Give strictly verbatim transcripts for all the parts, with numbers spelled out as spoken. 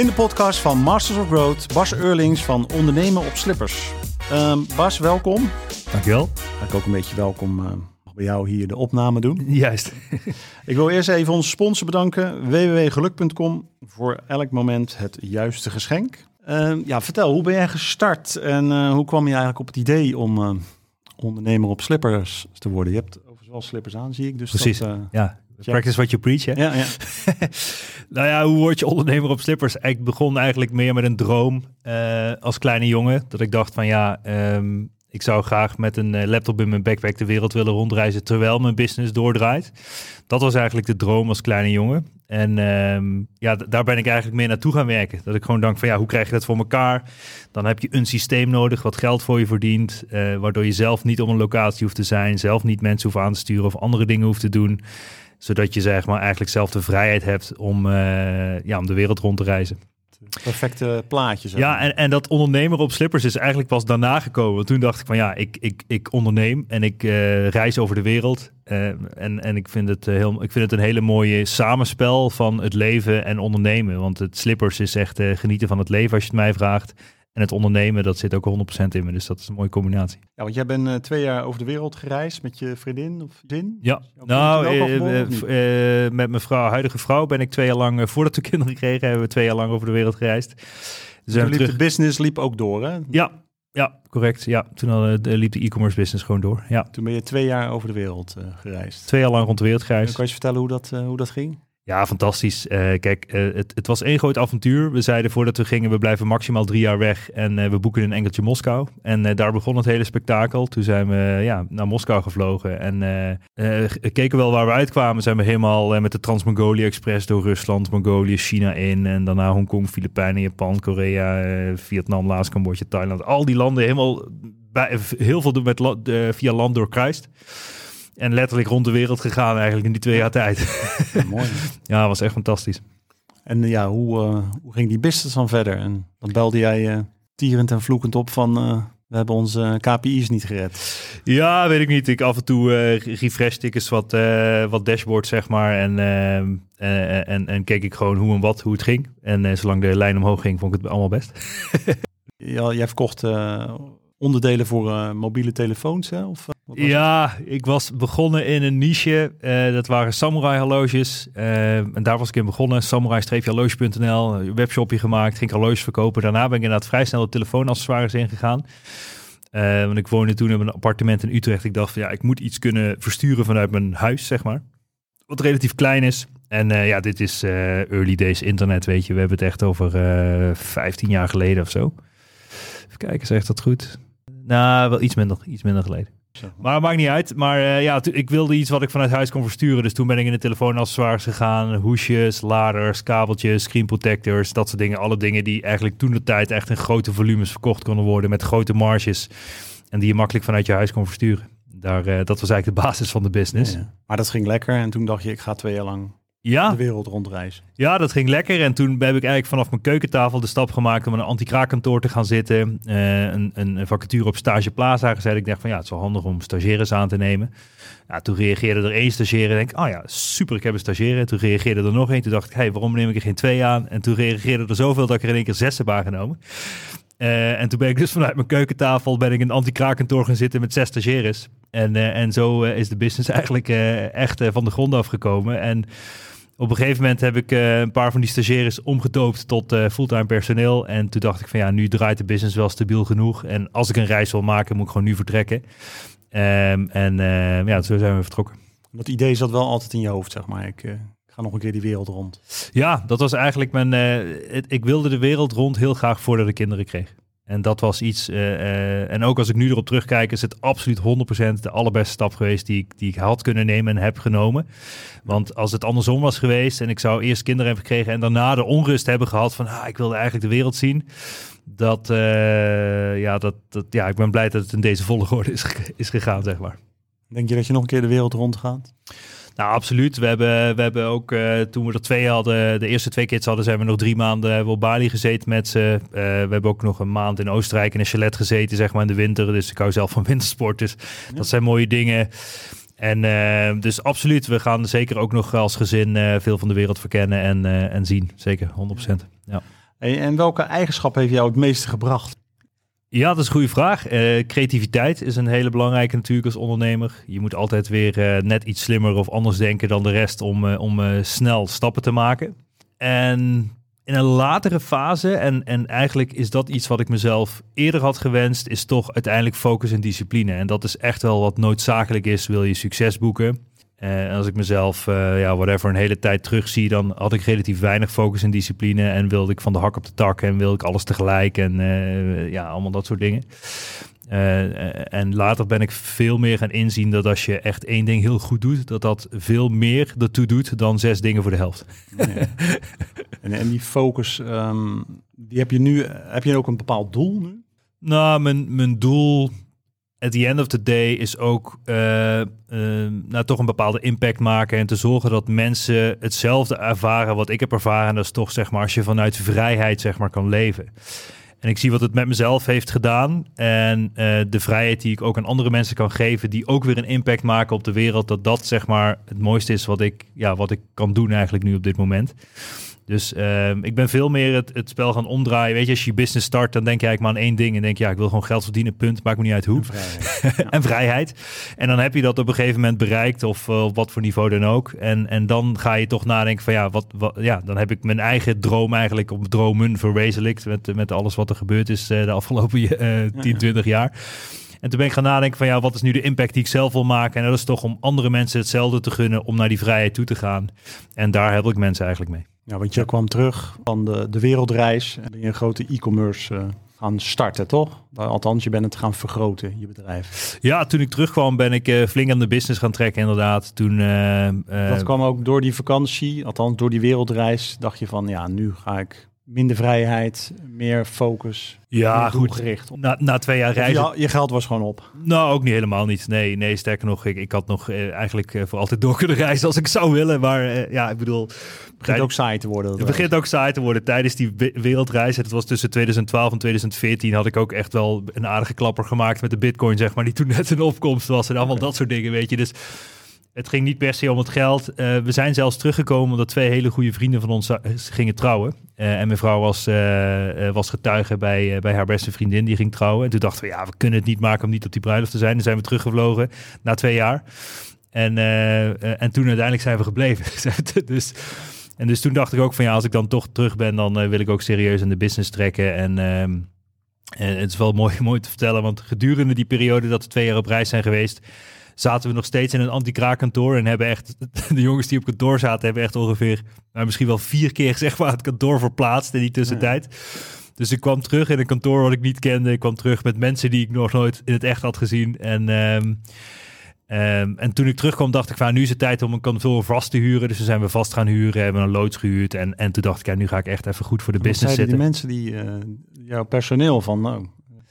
In de podcast van Masters of Growth, Bas Eurlings van Ondernemen op Slippers. Uh, Bas, welkom. Dankjewel. Ga ik ook een beetje welkom uh, bij jou hier de opname doen. Juist. Ik wil eerst even onze sponsor bedanken, w w w punt geluk punt com, voor elk moment het juiste geschenk. Uh, ja, vertel, hoe ben jij gestart en uh, hoe kwam je eigenlijk op het idee om uh, ondernemer op slippers te worden? Je hebt overigens wel slippers aan, zie ik. Dus precies, dat, uh, ja. Practice what you preach, hè? Ja, ja. Nou ja, hoe word je ondernemer op slippers? Ik begon eigenlijk meer met een droom uh, als kleine jongen. Dat ik dacht van ja, um, ik zou graag met een uh, laptop in mijn backpack de wereld willen rondreizen terwijl mijn business doordraait. Dat was eigenlijk de droom als kleine jongen. En um, ja, d- daar ben ik eigenlijk meer naartoe gaan werken. Dat ik gewoon dacht van ja, hoe krijg je dat voor elkaar? Dan heb je een systeem nodig wat geld voor je verdient. Uh, waardoor je zelf niet op een locatie hoeft te zijn. Zelf niet mensen hoeft aan te sturen of andere dingen hoeft te doen. Zodat je zeg maar eigenlijk zelf de vrijheid hebt om, uh, ja, om de wereld rond te reizen. Perfecte plaatjes. Ja, en, en dat ondernemer op slippers is eigenlijk pas daarna gekomen. Want toen dacht ik van ja, ik, ik, ik onderneem en ik uh, reis over de wereld. Uh, en en ik, vind het, uh, heel, ik vind het een hele mooie samenspel van het leven en ondernemen. Want het slippers is echt uh, genieten van het leven als je het mij vraagt. En het ondernemen, dat zit ook honderd procent in me. Dus dat is een mooie combinatie. Ja, want jij bent uh, twee jaar over de wereld gereisd met je vriendin of zin? Ja, nou, uh, uh, uh, uh, met mijn vrouw, huidige vrouw ben ik twee jaar lang, uh, voordat we kinderen kregen, hebben we twee jaar lang over de wereld gereisd. Dus liep terug... de business liep ook door, hè? Ja, ja, correct. Ja, toen al, uh, liep de e-commerce business gewoon door. Ja. Toen ben je twee jaar over de wereld uh, gereisd. Twee jaar lang rond de wereld gereisd. En kan je eens vertellen hoe dat, uh, hoe dat ging? Ja, fantastisch. Uh, kijk, uh, het, het was één groot avontuur. We zeiden voordat we gingen, we blijven maximaal drie jaar weg en uh, we boeken een enkeltje Moskou. En uh, daar begon het hele spektakel. Toen zijn we uh, ja, naar Moskou gevlogen en uh, uh, keken wel waar we uitkwamen. Zijn we helemaal uh, met de Trans-Mongolia Express door Rusland, Mongolië, China in. En daarna Hongkong, Filipijnen, Japan, Korea, uh, Vietnam, Laos, Cambodja, Thailand. Al die landen helemaal, bij, heel veel met la, uh, via land doorkruist. En letterlijk rond de wereld gegaan eigenlijk in die twee jaar tijd. Ja, mooi. Ja, was echt fantastisch. En ja, hoe, uh, hoe ging die business dan verder? En dan belde jij uh, tierend en vloekend op van uh, we hebben onze K P I's niet gered. Ja, weet ik niet. Ik af en toe uh, refreshte ik eens wat, uh, wat dashboard, zeg maar. En, uh, uh, en, en keek ik gewoon hoe en wat, hoe het ging. En uh, zolang de lijn omhoog ging, vond ik het allemaal best. Ja, jij verkocht uh, onderdelen voor uh, mobiele telefoons, hè? Of, uh, ja, het? Ik was begonnen in een niche. Uh, dat waren samurai horloges. Uh, en daar was ik in begonnen. samurai horloge punt n l. Een webshopje gemaakt. Ging ik horloges verkopen. Daarna ben ik inderdaad vrij snel de telefoonaccessoires ingegaan. Uh, want ik woonde toen in een appartement in Utrecht. Ik dacht van ja, ik moet iets kunnen versturen vanuit mijn huis, zeg maar. Wat relatief klein is. En uh, ja, dit is uh, early days internet, weet je. We hebben het echt over uh, vijftien jaar geleden of zo. Even kijken, zegt dat goed? Nou, wel iets minder, iets minder geleden. Maar maakt niet uit. Maar uh, ja, t- ik wilde iets wat ik vanuit huis kon versturen. Dus toen ben ik in de telefoonaccessoires gegaan. Hoesjes, laders, kabeltjes, screen protectors. Dat soort dingen. Alle dingen die eigenlijk toen de tijd echt in grote volumes verkocht konden worden. Met grote marges. En die je makkelijk vanuit je huis kon versturen. Daar, uh, dat was eigenlijk de basis van de business. Ja, ja. Maar dat ging lekker. En toen dacht je, ik ga twee jaar lang ja. de wereld rondreizen. Ja, dat ging lekker. En toen heb ik eigenlijk vanaf mijn keukentafel de stap gemaakt om in een anti-kraakkantoor te gaan zitten. Uh, een, een vacature op Stage Plaza gezet. Ik dacht van ja, het is wel handig om stagiaires aan te nemen. Ja, toen reageerde er één stagiaire en denk ik, oh ja, super, ik heb een stagiaire. Toen reageerde er nog één. Toen dacht ik, hey, waarom neem ik er geen twee aan? En toen reageerde er zoveel dat ik er in één keer zes heb aangenomen. Uh, en toen ben ik dus vanuit mijn keukentafel ben ik in een anti-kraakkantoor gaan zitten met zes stagiaires. En, uh, en zo uh, is de business eigenlijk uh, echt uh, van de grond afgekomen. En op een gegeven moment heb ik uh, een paar van die stagiaires omgedoopt tot uh, fulltime personeel. En toen dacht ik van ja, nu draait de business wel stabiel genoeg. En als ik een reis wil maken, moet ik gewoon nu vertrekken. Um, en uh, ja, zo zijn we vertrokken. Dat idee zat wel altijd in je hoofd, zeg maar. Ik, uh, ik ga nog een keer die wereld rond. Ja, dat was eigenlijk mijn... Uh, het, ik wilde de wereld rond heel graag voordat ik kinderen kreeg. En dat was iets... Uh, uh, en ook als ik nu erop terugkijk, is het absoluut honderd procent de allerbeste stap geweest die ik, die ik had kunnen nemen en heb genomen. Want als het andersom was geweest en ik zou eerst kinderen hebben gekregen en daarna de onrust hebben gehad van ah, ik wilde eigenlijk de wereld zien. Dat, uh, ja, dat, dat, ja, ik ben blij dat het in deze volgorde is, is gegaan, zeg maar. Denk je dat je nog een keer de wereld rond gaat? Nou, absoluut. We hebben, we hebben ook, uh, toen we er twee hadden, de eerste twee kids hadden, zijn we nog drie maanden hebben we op Bali gezeten met ze. Uh, we hebben ook nog een maand in Oostenrijk in een chalet gezeten, zeg maar in de winter. Dus ik hou zelf van wintersport, dus ja. Dat zijn mooie dingen. En uh, dus absoluut, we gaan zeker ook nog als gezin uh, veel van de wereld verkennen en, uh, en zien. Zeker, honderd procent. Ja. Hey, en welke eigenschap heeft jou het meeste gebracht? Ja, dat is een goede vraag. Uh, creativiteit is een hele belangrijke natuurlijk als ondernemer. Je moet altijd weer uh, net iets slimmer of anders denken dan de rest om, uh, om uh, snel stappen te maken. En in een latere fase, en, en eigenlijk is dat iets wat ik mezelf eerder had gewenst, is toch uiteindelijk focus en discipline. En dat is echt wel wat noodzakelijk is, wil je succes boeken. Uh, en als ik mezelf, uh, ja, whatever, een hele tijd terugzie, dan had ik relatief weinig focus en discipline en wilde ik van de hak op de tak en wilde ik alles tegelijk en uh, ja, allemaal dat soort dingen. Uh, en later ben ik veel meer gaan inzien dat als je echt één ding heel goed doet, dat dat veel meer ertoe doet dan zes dingen voor de helft. Ja. en, en die focus, um, die heb je nu, heb je ook een bepaald doel nu? Nou, mijn, mijn doel at the end of the day is ook uh, uh, nou, toch een bepaalde impact maken en te zorgen dat mensen hetzelfde ervaren wat ik heb ervaren. En dat is toch, zeg maar, als je vanuit vrijheid, zeg maar, kan leven. En ik zie wat het met mezelf heeft gedaan. En uh, de vrijheid die ik ook aan andere mensen kan geven, die ook weer een impact maken op de wereld, dat dat, zeg maar, het mooiste is wat ik, ja, wat ik kan doen eigenlijk nu op dit moment. Dus uh, ik ben veel meer het, het spel gaan omdraaien. Weet je, als je je business start, dan denk je eigenlijk maar aan één ding. En denk je, ja, ik wil gewoon geld verdienen, punt. Maakt me niet uit hoe. En vrijheid. Ja. en vrijheid. En dan heb je dat op een gegeven moment bereikt, of uh, op wat voor niveau dan ook. En, en dan ga je toch nadenken van, ja, wat, wat, ja, dan heb ik mijn eigen droom eigenlijk, op dromen verwezenlijkt. Met, met alles wat er gebeurd is uh, de afgelopen uh, tien, twintig jaar. En toen ben ik gaan nadenken van, ja, wat is nu de impact die ik zelf wil maken? En dat is toch om andere mensen hetzelfde te gunnen om naar die vrijheid toe te gaan. En daar help ik mensen eigenlijk mee. Ja, want je kwam terug van de, de wereldreis en ben je een grote e-commerce uh, gaan starten, toch? Althans, je bent het gaan vergroten, je bedrijf. Ja, toen ik terugkwam ben ik uh, flink aan de business gaan trekken, inderdaad. Toen, uh, uh, dat kwam ook door die vakantie, althans door die wereldreis. Dacht je van, ja, nu ga ik minder vrijheid, meer focus, ja, meer goed. gericht. Na, na twee jaar reizen. Je, je geld was gewoon op. Nou, ook niet helemaal niet. Nee, nee, sterker nog, ik, ik had nog uh, eigenlijk uh, voor altijd door kunnen reizen als ik zou willen. Maar uh, ja, ik bedoel... Het begint ook saai te worden. Het begint ook saai te worden. Tijdens die wereldreis, het was tussen twintig twaalf en twintig veertien, had ik ook echt wel een aardige klapper gemaakt met de bitcoin, zeg maar, die toen net in opkomst was en allemaal okay. dat soort dingen, weet je. Dus het ging niet per se om het geld. Uh, we zijn zelfs teruggekomen omdat twee hele goede vrienden van ons uh, gingen trouwen. Uh, en mijn vrouw was, uh, uh, was getuige bij, uh, bij haar beste vriendin, die ging trouwen. En toen dachten we, ja, we kunnen het niet maken om niet op die bruiloft te zijn. Dan zijn we teruggevlogen na twee jaar. En, uh, uh, en toen uiteindelijk zijn we gebleven. dus... En dus toen dacht ik ook van, ja, als ik dan toch terug ben, dan uh, wil ik ook serieus aan de business trekken. En, uh, en het is wel mooi, mooi te vertellen, want gedurende die periode dat we twee jaar op reis zijn geweest, zaten we nog steeds in een anti-kraakkantoor en hebben echt, de jongens die op kantoor zaten, hebben echt ongeveer, nou, misschien wel vier keer, zeg maar, het kantoor verplaatst in die tussentijd. Ja. Dus ik kwam terug in een kantoor wat ik niet kende. Ik kwam terug met mensen die ik nog nooit in het echt had gezien. En... Uh, Um, en toen ik terugkwam dacht ik van, nu is het tijd om een kantoor vast te huren. Dus toen zijn we vast gaan huren, hebben een loods gehuurd. En, en toen dacht ik, ja, nu ga ik echt even goed voor de en business zitten. Die mensen, die, uh, jouw personeel van, nou,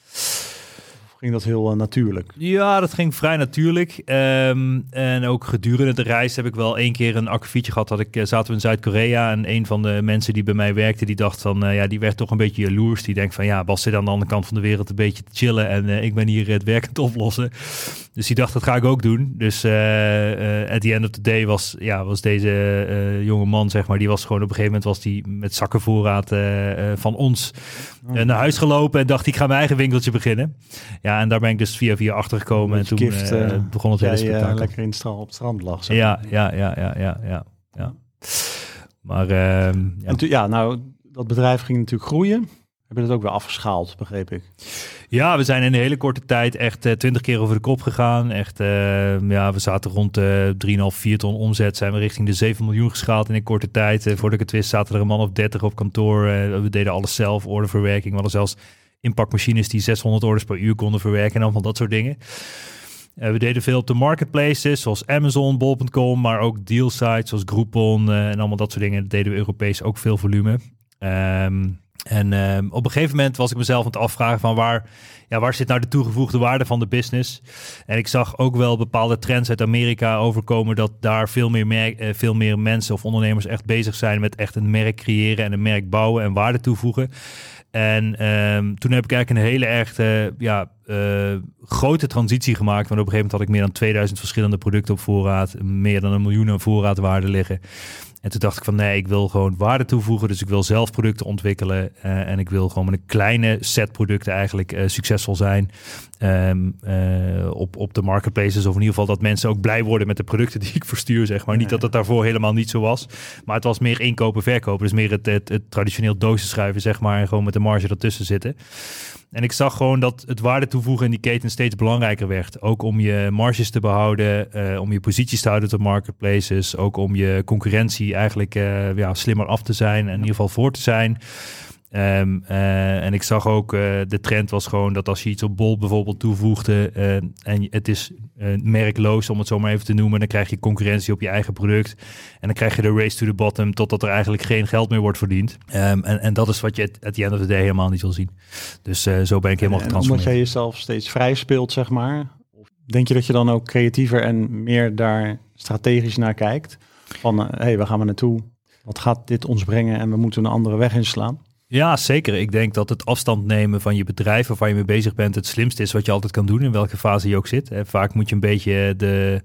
ging dat heel uh, natuurlijk? Ja, dat ging vrij natuurlijk. Um, en ook gedurende de reis heb ik wel één keer een akkefietje gehad. Dat ik uh, zaten we in Zuid-Korea en een van de mensen die bij mij werkte, die dacht van, uh, ja, die werd toch een beetje jaloers. Die denkt van, ja, Bas zit aan de andere kant van de wereld een beetje te chillen en uh, ik ben hier het werk aan het oplossen. Dus die dacht, dat ga ik ook doen. Dus uh, uh, at the end of the day was, ja, was deze uh, jonge man, zeg maar, die was gewoon op een gegeven moment was die met zakkenvoorraad uh, uh, van ons uh, naar huis gelopen en dacht, ik ga mijn eigen winkeltje beginnen. Ja, en daar ben ik dus via via achtergekomen en toen gift, uh, begon het hele spektakel. Uh, lekker in stra- op het strand lag. Zeg. Ja, ja, ja, ja, ja, ja, ja. Maar uh, ja. En tu- ja, nou, dat bedrijf ging natuurlijk groeien. Heb je dat ook weer afgeschaald, begreep ik? Ja, we zijn in een hele korte tijd echt twintig uh, keer over de kop gegaan. Echt, uh, ja, we zaten rond uh, drie komma vijf, vier ton omzet. Zijn we richting de zeven miljoen geschaald in een korte tijd. Uh, voordat ik het wist zaten er een man of dertig op kantoor. Uh, we deden alles zelf, orderverwerking. We hadden zelfs inpakmachines die zeshonderd orders per uur konden verwerken en allemaal dat soort dingen. Uh, we deden veel op de marketplaces, zoals Amazon, bol punt com, maar ook deal sites zoals Groupon uh, en allemaal dat soort dingen. Dat deden we Europees ook veel volume. Um, En uh, op een gegeven moment was ik mezelf aan het afvragen van waar, ja, waar zit nou de toegevoegde waarde van de business? En ik zag ook wel bepaalde trends uit Amerika overkomen dat daar veel meer, merk, uh, veel meer mensen of ondernemers echt bezig zijn met echt een merk creëren en een merk bouwen en waarde toevoegen. En um, toen heb ik eigenlijk een hele erg uh, ja, uh, grote transitie gemaakt. Want op een gegeven moment had ik meer dan tweeduizend verschillende producten op voorraad. Meer dan een miljoen aan voorraadwaarde liggen. En toen dacht ik van nee, ik wil gewoon waarde toevoegen. Dus ik wil zelf producten ontwikkelen. Uh, en ik wil gewoon met een kleine set producten eigenlijk uh, succesvol zijn. Um, uh, op, op de marketplaces. Of in ieder geval dat mensen ook blij worden met de producten die ik verstuur, zeg maar. Ja, niet dat het daarvoor helemaal niet zo was. Maar het was meer inkopen, verkopen. Dus meer het, het, het traditioneel dozen schuiven, zeg maar. En gewoon met de marge ertussen zitten. En ik zag gewoon dat het waarde toevoegen in die keten steeds belangrijker werd. Ook om je marges te behouden, uh, om je posities te houden op de marketplaces. Ook om je concurrentie eigenlijk uh, ja, slimmer af te zijn en in ieder geval voor te zijn. Um, uh, en ik zag ook, uh, de trend was gewoon dat als je iets op Bol bijvoorbeeld toevoegde uh, en het is uh, merkloos, om het zo maar even te noemen, dan krijg je concurrentie op je eigen product. En dan krijg je de race to the bottom totdat er eigenlijk geen geld meer wordt verdiend. Um, en, en dat is wat je at the end of the day helemaal niet wil zien. Dus uh, zo ben ik helemaal getransformeerd. Omdat jij jezelf steeds vrij speelt, zeg maar, denk je dat je dan ook creatiever en meer daar strategisch naar kijkt? Van, hé, uh, hey, waar gaan we naartoe? Wat gaat dit ons brengen en we moeten een andere weg inslaan? Ja, zeker. Ik denk dat het afstand nemen van je bedrijf of waar je mee bezig bent het slimste is wat je altijd kan doen, in welke fase je ook zit. Vaak moet je een beetje de,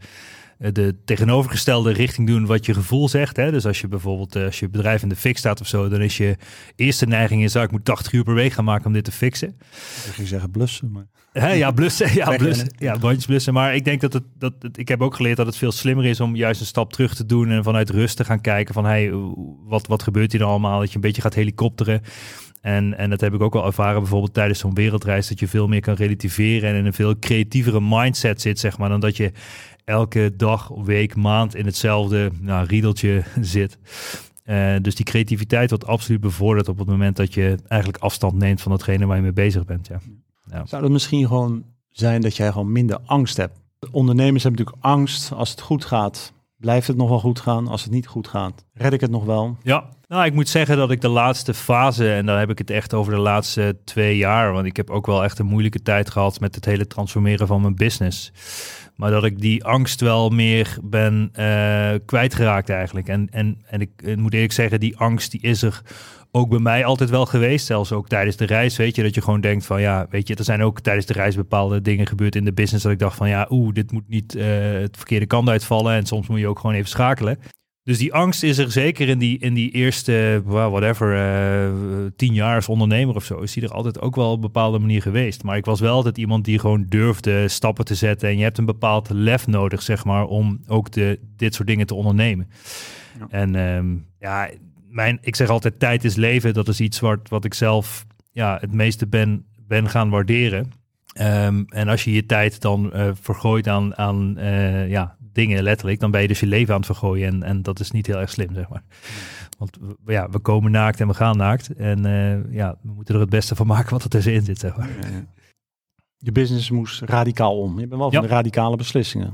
de tegenovergestelde richting doen wat je gevoel zegt. Dus als je bijvoorbeeld als je bedrijf in de fik staat of zo, dan is je eerste neiging is, ik moet tachtig uur per week gaan maken om dit te fixen. Ik ging zeggen blussen, maar... He, ja, blussen. Ja, blussen. Ja, bandjes blussen. Maar ik denk dat het, dat het, ik heb ook geleerd dat het veel slimmer is om juist een stap terug te doen en vanuit rust te gaan kijken van, hey, wat, wat gebeurt hier dan allemaal? Dat je een beetje gaat helikopteren. En, en dat heb ik ook wel ervaren bijvoorbeeld tijdens zo'n wereldreis, dat je veel meer kan relativeren en in een veel creatievere mindset zit, zeg maar, dan dat je elke dag, week, maand in hetzelfde nou, riedeltje zit. Uh, dus die creativiteit wordt absoluut bevorderd op het moment dat je eigenlijk afstand neemt van datgene waar je mee bezig bent, ja. Ja. Zou het misschien gewoon zijn dat jij gewoon minder angst hebt? Ondernemers hebben natuurlijk angst. Als het goed gaat, blijft het nog wel goed gaan. Als het niet goed gaat, red ik het nog wel? Ja, nou, ik moet zeggen dat ik de laatste fase, en dan heb ik het echt over de laatste twee jaar, want ik heb ook wel echt een moeilijke tijd gehad met het hele transformeren van mijn business. Maar dat ik die angst wel meer ben uh, kwijtgeraakt eigenlijk. En, en, en ik, ik moet eerlijk zeggen, die angst die is er ook bij mij altijd wel geweest. Zelfs ook tijdens de reis, weet je, dat je gewoon denkt van ja, weet je, er zijn ook tijdens de reis bepaalde dingen gebeurd in de business dat ik dacht van ja, oeh, dit moet niet uh, het verkeerde kant uitvallen. En soms moet je ook gewoon even schakelen. Dus die angst is er zeker in die, in die eerste, well, whatever, uh, tien jaar als ondernemer of zo, is die er altijd ook wel op een bepaalde manier geweest. Maar ik was wel altijd iemand die gewoon durfde stappen te zetten. En je hebt een bepaald lef nodig, zeg maar, om ook de, dit soort dingen te ondernemen. Ja. En um, ja, mijn, ik zeg altijd, tijd is leven. Dat is iets wat, wat ik zelf ja, het meeste ben, ben gaan waarderen. Um, en als je je tijd dan uh, vergooit aan, aan uh, ja, dingen letterlijk, dan ben je dus je leven aan het vergooien. En, en dat is niet heel erg slim, zeg maar. Want we, ja, we komen naakt en we gaan naakt. En uh, ja, we moeten er het beste van maken wat er tussenin zit, zeg maar. Ja, ja. Je business moest radicaal om. Je bent wel van ja. de radicale beslissingen.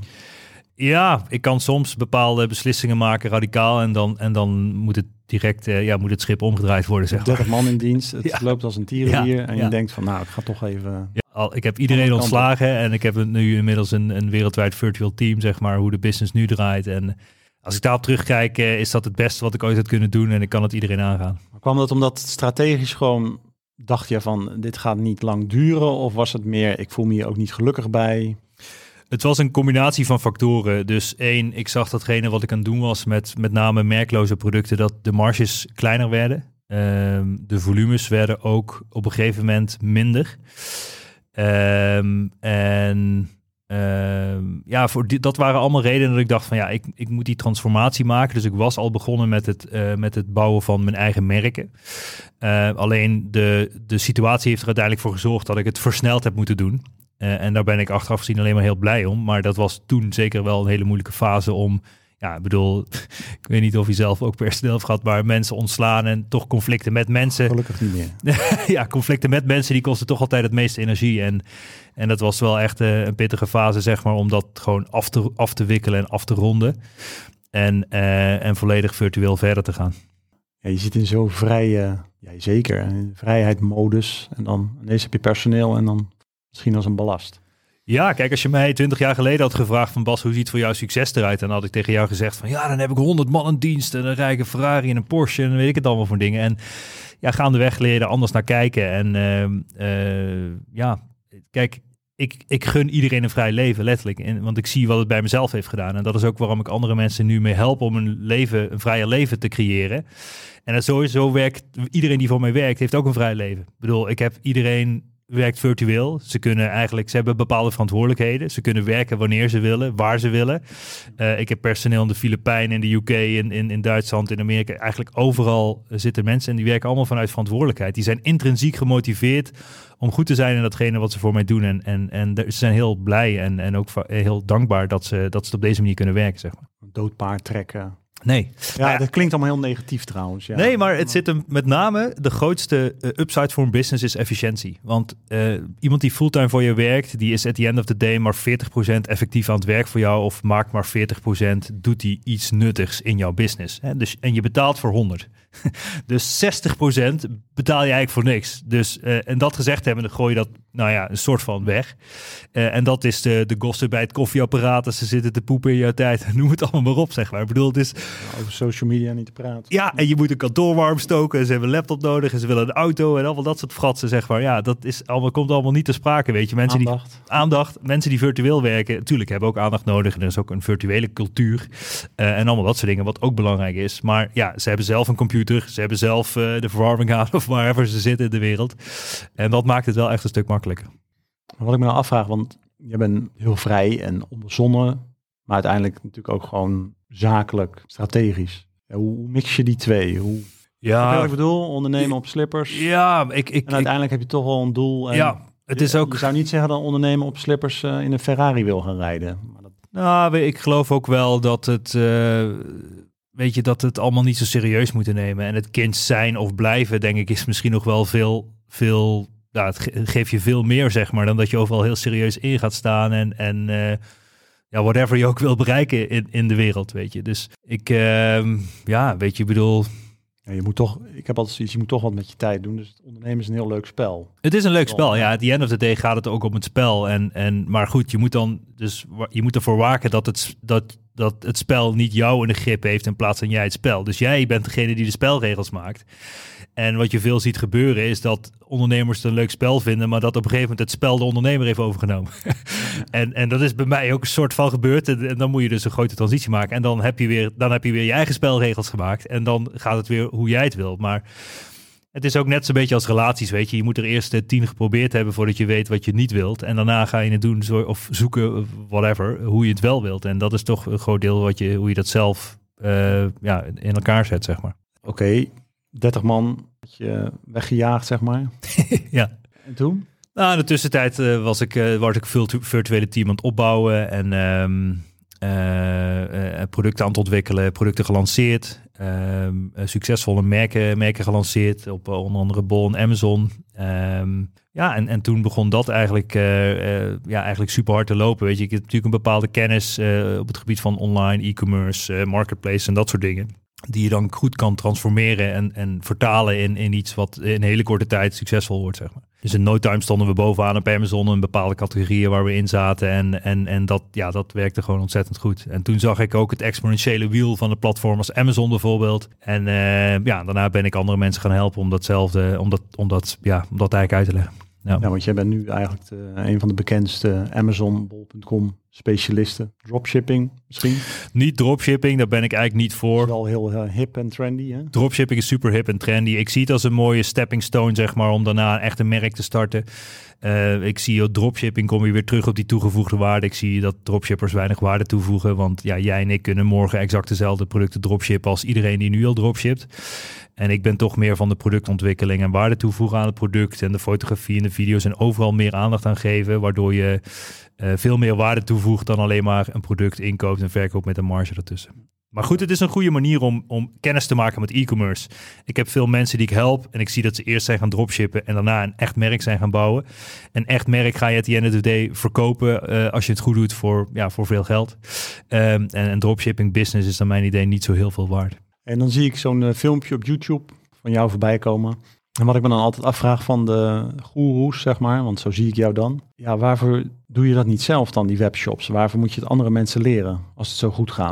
Ja, ik kan soms bepaalde beslissingen maken radicaal en dan, en dan moet het direct, uh, ja, moet het schip omgedraaid worden, zeg maar. dertig man in dienst, het ja. loopt als een tierenlier ja, en ja. je denkt van, nou, ik ga toch even... Ja, al, ik heb iedereen ontslagen en ik heb nu inmiddels een, een wereldwijd virtual team, zeg maar, hoe de business nu draait. En als ik daarop terugkijk, uh, is dat het beste wat ik ooit had kunnen doen en ik kan het iedereen aangaan. Maar kwam dat omdat strategisch gewoon, dacht je van, dit gaat niet lang duren? Of was het meer, ik voel me hier ook niet gelukkig bij? Het was een combinatie van factoren. Dus één, ik zag datgene wat ik aan het doen was met met name merkloze producten, dat de marges kleiner werden. Um, de volumes werden ook op een gegeven moment minder. Um, en um, ja, voor die, dat waren allemaal redenen dat ik dacht van ja, ik, ik moet die transformatie maken. Dus ik was al begonnen met het, uh, met het bouwen van mijn eigen merken. Uh, alleen de, de situatie heeft er uiteindelijk voor gezorgd dat ik het versneld heb moeten doen. Uh, en daar ben ik achteraf gezien alleen maar heel blij om. Maar dat was toen zeker wel een hele moeilijke fase om... Ja, ik bedoel, ik weet niet of je zelf ook personeel heeft gehad, maar mensen ontslaan en toch conflicten met mensen. Gelukkig niet meer. Ja, conflicten met mensen, die kosten toch altijd het meeste energie. En, en dat was wel echt uh, een pittige fase, zeg maar, om dat gewoon af te, af te wikkelen en af te ronden. En, uh, en volledig virtueel verder te gaan. Ja, je zit in zo'n vrije, ja zeker, in vrijheidmodus. En dan ineens heb je personeel en dan misschien als een ballast. Ja, kijk, als je mij twintig jaar geleden had gevraagd van Bas, hoe ziet voor jou succes eruit? Dan had ik tegen jou gezegd van ja, dan heb ik honderd man in dienst en dan rijd ik een Ferrari en een Porsche en dan weet ik het allemaal voor dingen. En ja, gaandeweg leer je er anders naar kijken. En uh, uh, ja, kijk, ik, ik gun iedereen een vrij leven, letterlijk. En, want ik zie wat het bij mezelf heeft gedaan. En dat is ook waarom ik andere mensen nu mee help om een leven, een vrijer leven te creëren. En dat sowieso werkt, iedereen die voor mij werkt, heeft ook een vrij leven. Ik bedoel, ik heb iedereen werkt virtueel. Ze kunnen eigenlijk, ze hebben bepaalde verantwoordelijkheden. Ze kunnen werken wanneer ze willen, waar ze willen. Uh, ik heb personeel in de Filipijnen, in de U K, in, in, in Duitsland, in Amerika. Eigenlijk overal zitten mensen en die werken allemaal vanuit verantwoordelijkheid. Die zijn intrinsiek gemotiveerd om goed te zijn in datgene wat ze voor mij doen. En, en, en ze zijn heel blij en, en ook heel dankbaar dat ze, dat ze op deze manier kunnen werken, zeg maar. Doodpaard trekken. Nee. Ja, ja, dat klinkt allemaal heel negatief trouwens. Ja. Nee, maar het zit hem met name, de grootste uh, upside voor een business is efficiëntie. Want uh, iemand die fulltime voor je werkt, die is at the end of the day maar veertig procent effectief aan het werk voor jou of maakt maar veertig procent, doet die iets nuttigs in jouw business. Hè? Dus, en je betaalt voor honderd. Dus zestig procent betaal je eigenlijk voor niks. Dus, uh, en dat gezegd hebben, dan gooi je dat, nou ja, een soort van weg. Uh, en dat is de, de gossip bij het koffieapparaat. Als ze zitten te poepen in jouw tijd. Noem het allemaal maar op, zeg maar. Ik bedoel, het is... Over social media niet te praten. Ja, en je moet een kantoor warm stoken. En ze hebben een laptop nodig. En ze willen een auto. En allemaal dat soort fratsen, zeg maar. Ja, dat is allemaal, komt allemaal niet te sprake, weet je. Mensen aandacht. Die, aandacht. Mensen die virtueel werken, natuurlijk hebben ook aandacht nodig. En er is ook een virtuele cultuur. Uh, en allemaal dat soort dingen, wat ook belangrijk is. Maar ja, ze hebben zelf een computer. Ze hebben zelf uh, de verwarming aan of wherever ze zitten in de wereld. En dat maakt het wel echt een stuk makkelijker. Wat ik me nou afvraag, want je bent heel vrij en onbezonnen, maar uiteindelijk natuurlijk ook gewoon zakelijk, strategisch. Ja, hoe mix je die twee? Hoe... Ja, wat ik bedoel, ondernemen op slippers. Ja, ik... ik en uiteindelijk ik, heb je toch wel een doel. En ja, het is ook... Je zou niet zeggen dat ondernemen op slippers uh, in een Ferrari wil gaan rijden. Maar dat... Nou, ik geloof ook wel dat het... Uh, weet je, dat het allemaal niet zo serieus moeten nemen. En het kind zijn of blijven, denk ik, is misschien nog wel veel... veel ja, het ge- geeft je veel meer, zeg maar, dan dat je overal heel serieus in gaat staan en... en uh, ja, whatever je ook wil bereiken in, in de wereld, weet je. Dus ik, uh, ja, weet je, ik bedoel... Ja, je moet toch, ik heb altijd zoiets, je moet toch wat met je tijd doen. Dus het ondernemen is een heel leuk spel. Het is een leuk spel, ja. At the end of the day gaat het ook om het spel. En, en, maar goed, je moet dan dus je moet ervoor waken dat het, dat, dat het spel niet jou in de grip heeft in plaats van jij het spel. Dus jij bent degene die de spelregels maakt. En wat je veel ziet gebeuren is dat ondernemers het een leuk spel vinden, maar dat op een gegeven moment het spel de ondernemer heeft overgenomen. en, en dat is bij mij ook een soort van gebeurd. En, en dan moet je dus een grote transitie maken. En dan heb je weer, dan heb je weer je eigen spelregels gemaakt. En dan gaat het weer hoe jij het wilt. Maar het is ook net zo'n beetje als relaties, weet je. Je moet er eerst tien geprobeerd hebben voordat je weet wat je niet wilt. En daarna ga je het doen of zoeken, whatever, hoe je het wel wilt. En dat is toch een groot deel wat je, hoe je dat zelf uh, ja, in elkaar zet, zeg maar. Oké. Okay. dertig man had je weggejaagd, zeg maar. Ja. En toen? Nou, in de tussentijd uh, was ik, uh, was ik veel virtuele team aan het opbouwen en um, uh, uh, producten aan het ontwikkelen, producten gelanceerd, um, uh, succesvolle merken, merken gelanceerd op uh, onder andere Bol en Amazon. Um, ja, en, en toen begon dat eigenlijk, uh, uh, ja, eigenlijk super hard te lopen. Weet je, ik heb natuurlijk een bepaalde kennis uh, op het gebied van online, e-commerce, uh, marketplace en dat soort dingen. Die je dan goed kan transformeren en, en vertalen in, in iets wat in een hele korte tijd succesvol wordt, zeg maar. Dus in no time stonden we bovenaan op Amazon in bepaalde categorieën waar we in zaten. En, en, en dat, ja, dat werkte gewoon ontzettend goed. En toen zag ik ook het exponentiële wiel van de platform als Amazon bijvoorbeeld. En uh, ja, daarna ben ik andere mensen gaan helpen om datzelfde, om dat, om dat, ja, om dat eigenlijk uit te leggen. Ja, ja, want jij bent nu eigenlijk de, een van de bekendste Amazon, bol punt com specialisten. Dropshipping misschien? Niet dropshipping, daar ben ik eigenlijk niet voor. Dat is wel heel uh, hip en trendy, hè? Dropshipping is super hip en trendy. Ik zie het als een mooie stepping stone, zeg maar, om daarna een echte merk te starten. Uh, ik zie ook dropshipping, kom je weer terug op die toegevoegde waarde. Ik zie dat dropshippers weinig waarde toevoegen, want ja, jij en ik kunnen morgen exact dezelfde producten dropshippen als iedereen die nu al dropshipt. En ik ben toch meer van de productontwikkeling en waarde toevoegen aan het product en de fotografie en de video's en overal meer aandacht aan geven, waardoor je uh, veel meer waarde toevoegt dan alleen maar een product inkoopt en verkoopt met een marge ertussen. Maar goed, het is een goede manier om, om kennis te maken met e-commerce. Ik heb veel mensen die ik help en ik zie dat ze eerst zijn gaan dropshippen en daarna een echt merk zijn gaan bouwen. Een echt merk ga je at the end of the day verkopen uh, als je het goed doet voor, ja, voor veel geld. Um, en een dropshipping business is naar mijn idee niet zo heel veel waard. En dan zie ik zo'n uh, filmpje op YouTube van jou voorbij komen. En wat ik me dan altijd afvraag van de goeroes, zeg maar, want zo zie ik jou dan. Ja, waarvoor doe je dat niet zelf dan, die webshops? Waarvoor moet je het andere mensen leren als het zo goed gaat?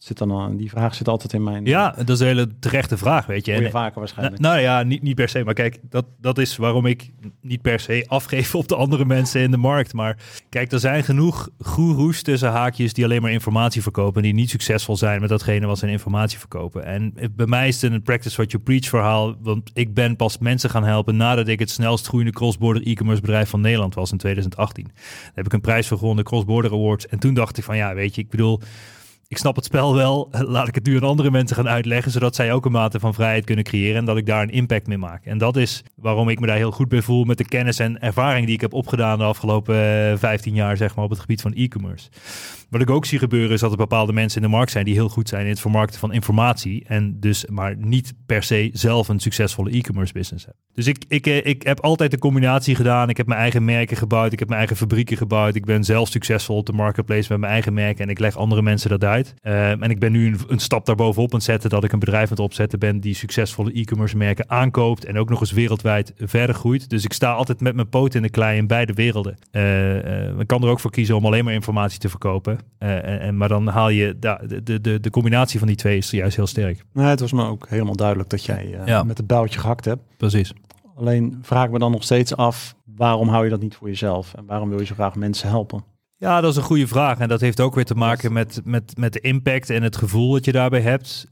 Zit dan al, die vraag zit altijd in mijn... Ja, dat is een hele terechte vraag, weet je. Hoor je en, vaker waarschijnlijk. Nou, nou ja, niet, niet per se. Maar kijk, dat, dat is waarom ik niet per se afgeef op de andere mensen in de markt. Maar kijk, er zijn genoeg goeroes tussen haakjes die alleen maar informatie verkopen. En die niet succesvol zijn met datgene wat ze in informatie verkopen. En bij mij is het een practice what you preach verhaal. Want ik ben pas mensen gaan helpen nadat ik het snelst groeiende cross-border e-commerce bedrijf van Nederland was in twintig achttien. Daar heb ik een prijs voor gewonnen, Cross-Border Awards. En toen dacht ik van ja, weet je, ik bedoel... Ik snap het spel wel, laat ik het nu aan andere mensen gaan uitleggen, zodat zij ook een mate van vrijheid kunnen creëren en dat ik daar een impact mee maak. En dat is waarom ik me daar heel goed bij voel met de kennis en ervaring die ik heb opgedaan de afgelopen vijftien jaar, zeg maar, op het gebied van e-commerce. Wat ik ook zie gebeuren is dat er bepaalde mensen in de markt zijn die heel goed zijn in het vermarkten van informatie en dus maar niet per se zelf een succesvolle e-commerce business hebben. Dus ik, ik, ik heb altijd een combinatie gedaan. Ik heb mijn eigen merken gebouwd, ik heb mijn eigen fabrieken gebouwd. Ik ben zelf succesvol op de marketplace met mijn eigen merken en ik leg andere mensen dat uit. Uh, en ik ben nu een, een stap daarbovenop aan het zetten dat ik een bedrijf aan het opzetten ben die succesvolle e-commerce merken aankoopt en ook nog eens wereldwijd verder groeit. Dus ik sta altijd met mijn poot in de klei in beide werelden. Uh, uh, ik kan er ook voor kiezen om alleen maar informatie te verkopen. Uh, en, maar dan haal je de, de, de, de combinatie van die twee is juist heel sterk. Nee, het was me ook helemaal duidelijk dat jij uh, ja. met het bijltje gehakt hebt. Precies. Alleen vraag ik me dan nog steeds af, waarom hou je dat niet voor jezelf? En waarom wil je zo graag mensen helpen? Ja, dat is een goede vraag. En dat heeft ook weer te maken met, met, met de impact en het gevoel dat je daarbij hebt.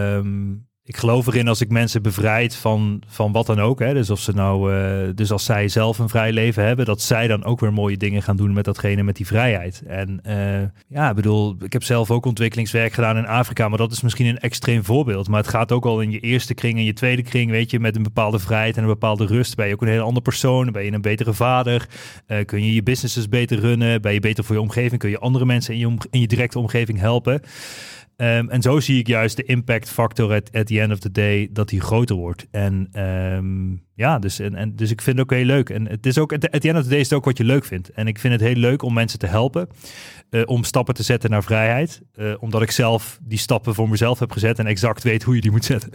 Um, ik geloof erin als ik mensen bevrijd van, van wat dan ook. Hè. Dus, of ze nou, uh, dus als zij zelf een vrij leven hebben, dat zij dan ook weer mooie dingen gaan doen met datgene, met die vrijheid. En uh, ja, ik bedoel, ik heb zelf ook ontwikkelingswerk gedaan in Afrika, maar dat is misschien een extreem voorbeeld. Maar het gaat ook al in je eerste kring en je tweede kring, weet je, met een bepaalde vrijheid en een bepaalde rust. Ben je ook een hele andere persoon, ben je een betere vader, uh, kun je je businesses beter runnen, ben je beter voor je omgeving, kun je andere mensen in je, om, in je directe omgeving helpen. Um, en zo zie ik juist de impact factor at, at the end of the day, dat die groter wordt. En um, ja, dus, en, en, dus ik vind het ook heel leuk. En het is ook, at the end of the day is het ook wat je leuk vindt. En ik vind het heel leuk om mensen te helpen, uh, om stappen te zetten naar vrijheid. Uh, omdat ik zelf die stappen voor mezelf heb gezet en exact weet hoe je die moet zetten.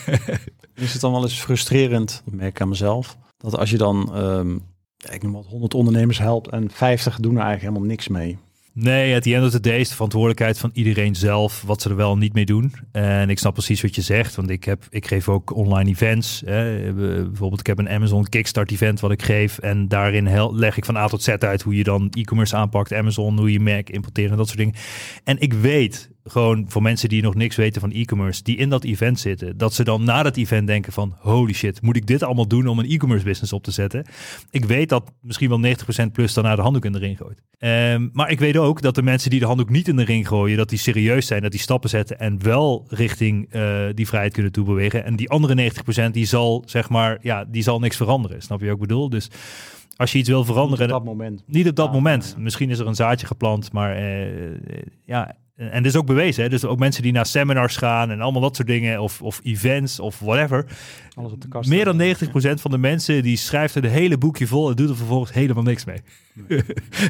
Is het dan wel eens frustrerend, dat merk ik aan mezelf, dat als je dan, um, ik noem wat, honderd ondernemers helpt en vijftig doen er eigenlijk helemaal niks mee? Nee, at the end of the day is de verantwoordelijkheid van iedereen zelf wat ze er wel niet mee doen. En ik snap precies wat je zegt, want ik, heb, ik geef ook online events. Hè. Bijvoorbeeld, ik heb een Amazon Kickstart event wat ik geef. En daarin hel- leg ik van A tot Z uit hoe je dan e-commerce aanpakt, Amazon, hoe je merk importeren en dat soort dingen. En ik weet gewoon voor mensen die nog niks weten van e-commerce, die in dat event zitten, dat ze dan na dat event denken van holy shit, moet ik dit allemaal doen om een e-commerce business op te zetten? Ik weet dat misschien wel negentig procent plus daarna de handdoek in de ring gooit. Um, maar ik weet ook dat de mensen die de handdoek niet in de ring gooien, dat die serieus zijn, dat die stappen zetten en wel richting uh, die vrijheid kunnen toebewegen. En die andere negentig procent die zal, zeg maar, ja, die zal niks veranderen. Snap je wat ik bedoel? Dus als je iets wil veranderen, niet op dat moment. Niet op dat ja, moment. Ja. Misschien is er een zaadje geplant, maar uh, ja. En dit is ook bewezen, hè? Dus ook mensen die naar seminars gaan en allemaal dat soort dingen, of, of events of whatever. Alles op de kast. Meer dan negentig procent van de mensen die schrijft er een hele boekje vol en doet er vervolgens helemaal niks mee. Nee.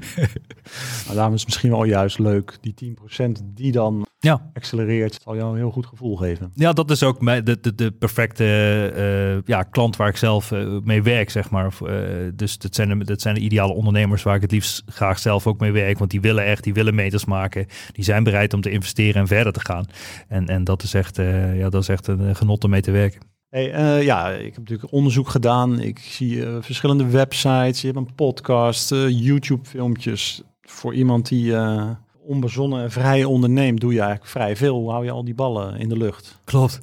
Maar daarom is het misschien wel juist leuk, die tien procent die dan ja. accelereert, zal jou een heel goed gevoel geven. Ja, dat is ook de, de, de perfecte uh, ja, klant waar ik zelf uh, mee werk, zeg maar. Uh, dus dat zijn, de, dat zijn de ideale ondernemers waar ik het liefst graag zelf ook mee werk, want die willen echt, die willen meters maken, die zijn bereid om te investeren en verder te gaan. En, en dat is echt, uh, ja, dat is echt een genot om mee te werken. Hey, uh, ja, ik heb natuurlijk onderzoek gedaan. Ik zie uh, verschillende websites. Je hebt een podcast, uh, YouTube-filmpjes. Voor iemand die uh, onbezonnen en vrij onderneemt, doe je eigenlijk vrij veel. Hoe hou je al die ballen in de lucht? Klopt.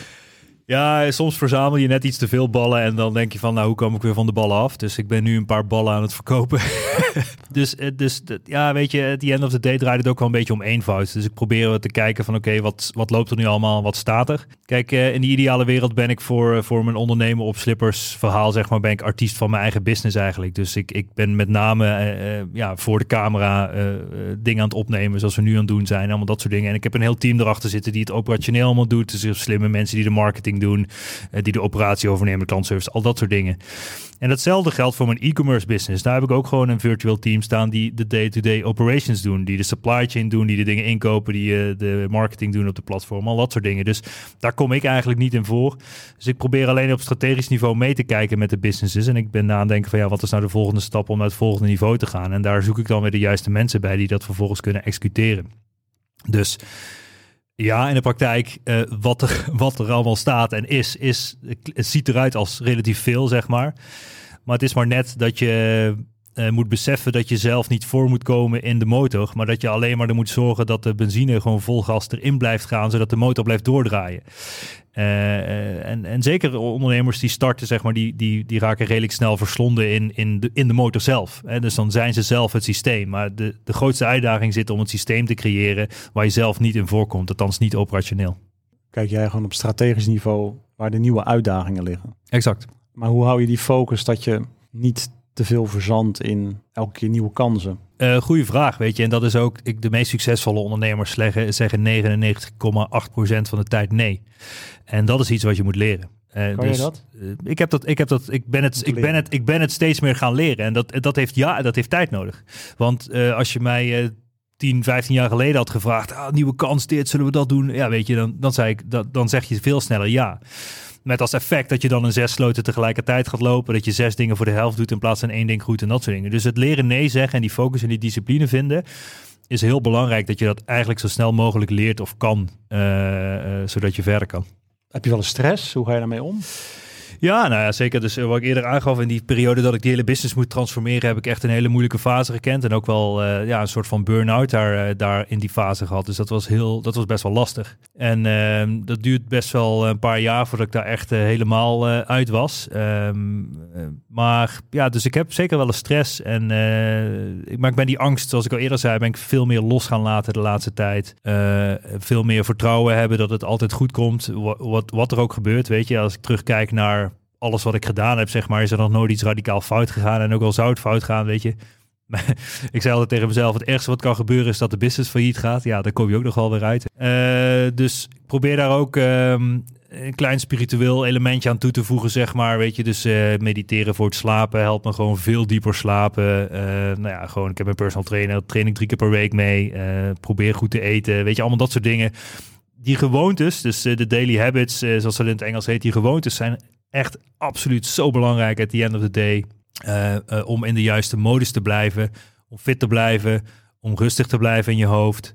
Ja, soms verzamel je net iets te veel ballen en dan denk je van, nou, hoe kom ik weer van de ballen af? Dus ik ben nu een paar ballen aan het verkopen. dus, dus ja, weet je, at the end of the day draait het ook wel een beetje om eenvoud. Dus ik probeer te kijken van, oké, okay, wat, wat loopt er nu allemaal, wat staat er? Kijk, uh, in die ideale wereld ben ik voor, voor mijn ondernemen op slippers verhaal, zeg maar, ben ik artiest van mijn eigen business eigenlijk. Dus ik, ik ben met name uh, uh, ja, voor de camera uh, uh, dingen aan het opnemen, zoals we nu aan het doen zijn, allemaal dat soort dingen. En ik heb een heel team erachter zitten die het operationeel allemaal doet. Dus slimme mensen die de marketing doen, die de operatie overnemen, klantservice, al dat soort dingen. En datzelfde geldt voor mijn e-commerce business. Daar heb ik ook gewoon een virtueel team staan die de day-to-day operations doen, die de supply chain doen, die de dingen inkopen, die uh, de marketing doen op de platform, al dat soort dingen. Dus daar kom ik eigenlijk niet in voor. Dus ik probeer alleen op strategisch niveau mee te kijken met de businesses. En ik ben na aan het denken van, ja, wat is nou de volgende stap om naar het volgende niveau te gaan? En daar zoek ik dan weer de juiste mensen bij die dat vervolgens kunnen executeren. Dus Ja, in de praktijk, uh, wat, er, wat er allemaal staat en is, is, het ziet eruit als relatief veel, zeg maar. Maar het is maar net dat je uh, moet beseffen dat je zelf niet voor moet komen in de motor, maar dat je alleen maar er moet zorgen dat de benzine gewoon vol gas erin blijft gaan, zodat de motor blijft doordraaien. Uh, uh, en, en zeker ondernemers die starten, zeg maar, die, die, die raken redelijk snel verslonden in, in, de, in de motor zelf. Hè? Dus dan zijn ze zelf het systeem. Maar de, de grootste uitdaging zit om het systeem te creëren waar je zelf niet in voorkomt, althans niet operationeel. Kijk jij gewoon op strategisch niveau waar de nieuwe uitdagingen liggen. Exact. Maar hoe hou je die focus dat je niet te veel verzandt in elke keer nieuwe kansen? Uh, goeie vraag, weet je. En dat is ook, ik, de meest succesvolle ondernemers zeggen, zeggen negenennegentig komma acht procent van de tijd nee. En dat is iets wat je moet leren. Uh, kan dus, je dat? Uh, ik heb dat, ik heb dat, ik ben het, ik ben het, ik ben het steeds meer gaan leren. En dat, dat heeft, ja, dat heeft tijd nodig. Want uh, als je mij uh, tien, vijftien jaar geleden had gevraagd, ah, nieuwe kans, dit, zullen we dat doen? Ja, weet je, dan, dan zei ik, dat, dan zeg je veel sneller ja. Met als effect dat je dan een zes sloten tegelijkertijd gaat lopen. Dat je zes dingen voor de helft doet in plaats van één ding goed en dat soort dingen. Dus het leren nee zeggen en die focus en die discipline vinden is heel belangrijk. Dat je dat eigenlijk zo snel mogelijk leert of kan. Uh, uh, zodat je verder kan. Heb je wel eens stress? Hoe ga je daarmee om? Ja, nou ja, zeker. Dus wat ik eerder aangaf, in die periode dat ik die hele business moet transformeren, heb ik echt een hele moeilijke fase gekend. En ook wel uh, ja, een soort van burn-out daar, uh, daar in die fase gehad. Dus dat was, heel, dat was best wel lastig. En uh, dat duurt best wel een paar jaar voordat ik daar echt uh, helemaal uh, uit was. Um, uh, maar ja, dus ik heb zeker wel een stress. En, uh, maar ik ben die angst, zoals ik al eerder zei, ben ik veel meer los gaan laten de laatste tijd. Uh, veel meer vertrouwen hebben dat het altijd goed komt. Wat, wat, wat er ook gebeurt, weet je. Als ik terugkijk naar alles wat ik gedaan heb, zeg maar, is er nog nooit iets radicaal fout gegaan. En ook al zou het fout gaan, weet je. Ik zei altijd tegen mezelf, het ergste wat kan gebeuren is dat de business failliet gaat. Ja, daar kom je ook nog wel weer uit. Uh, dus ik probeer daar ook um, een klein spiritueel elementje aan toe te voegen, zeg maar. Weet je, dus uh, mediteren voor het slapen helpt me gewoon veel dieper slapen. Uh, nou ja, gewoon, ik heb een personal trainer, train ik drie keer per week mee. Uh, probeer goed te eten, weet je, allemaal dat soort dingen. Die gewoontes, dus uh, de daily habits, uh, zoals dat in het Engels heet, die gewoontes zijn echt absoluut zo belangrijk at the end of the day. Uh, uh, om in de juiste modus te blijven, om fit te blijven, om rustig te blijven in je hoofd.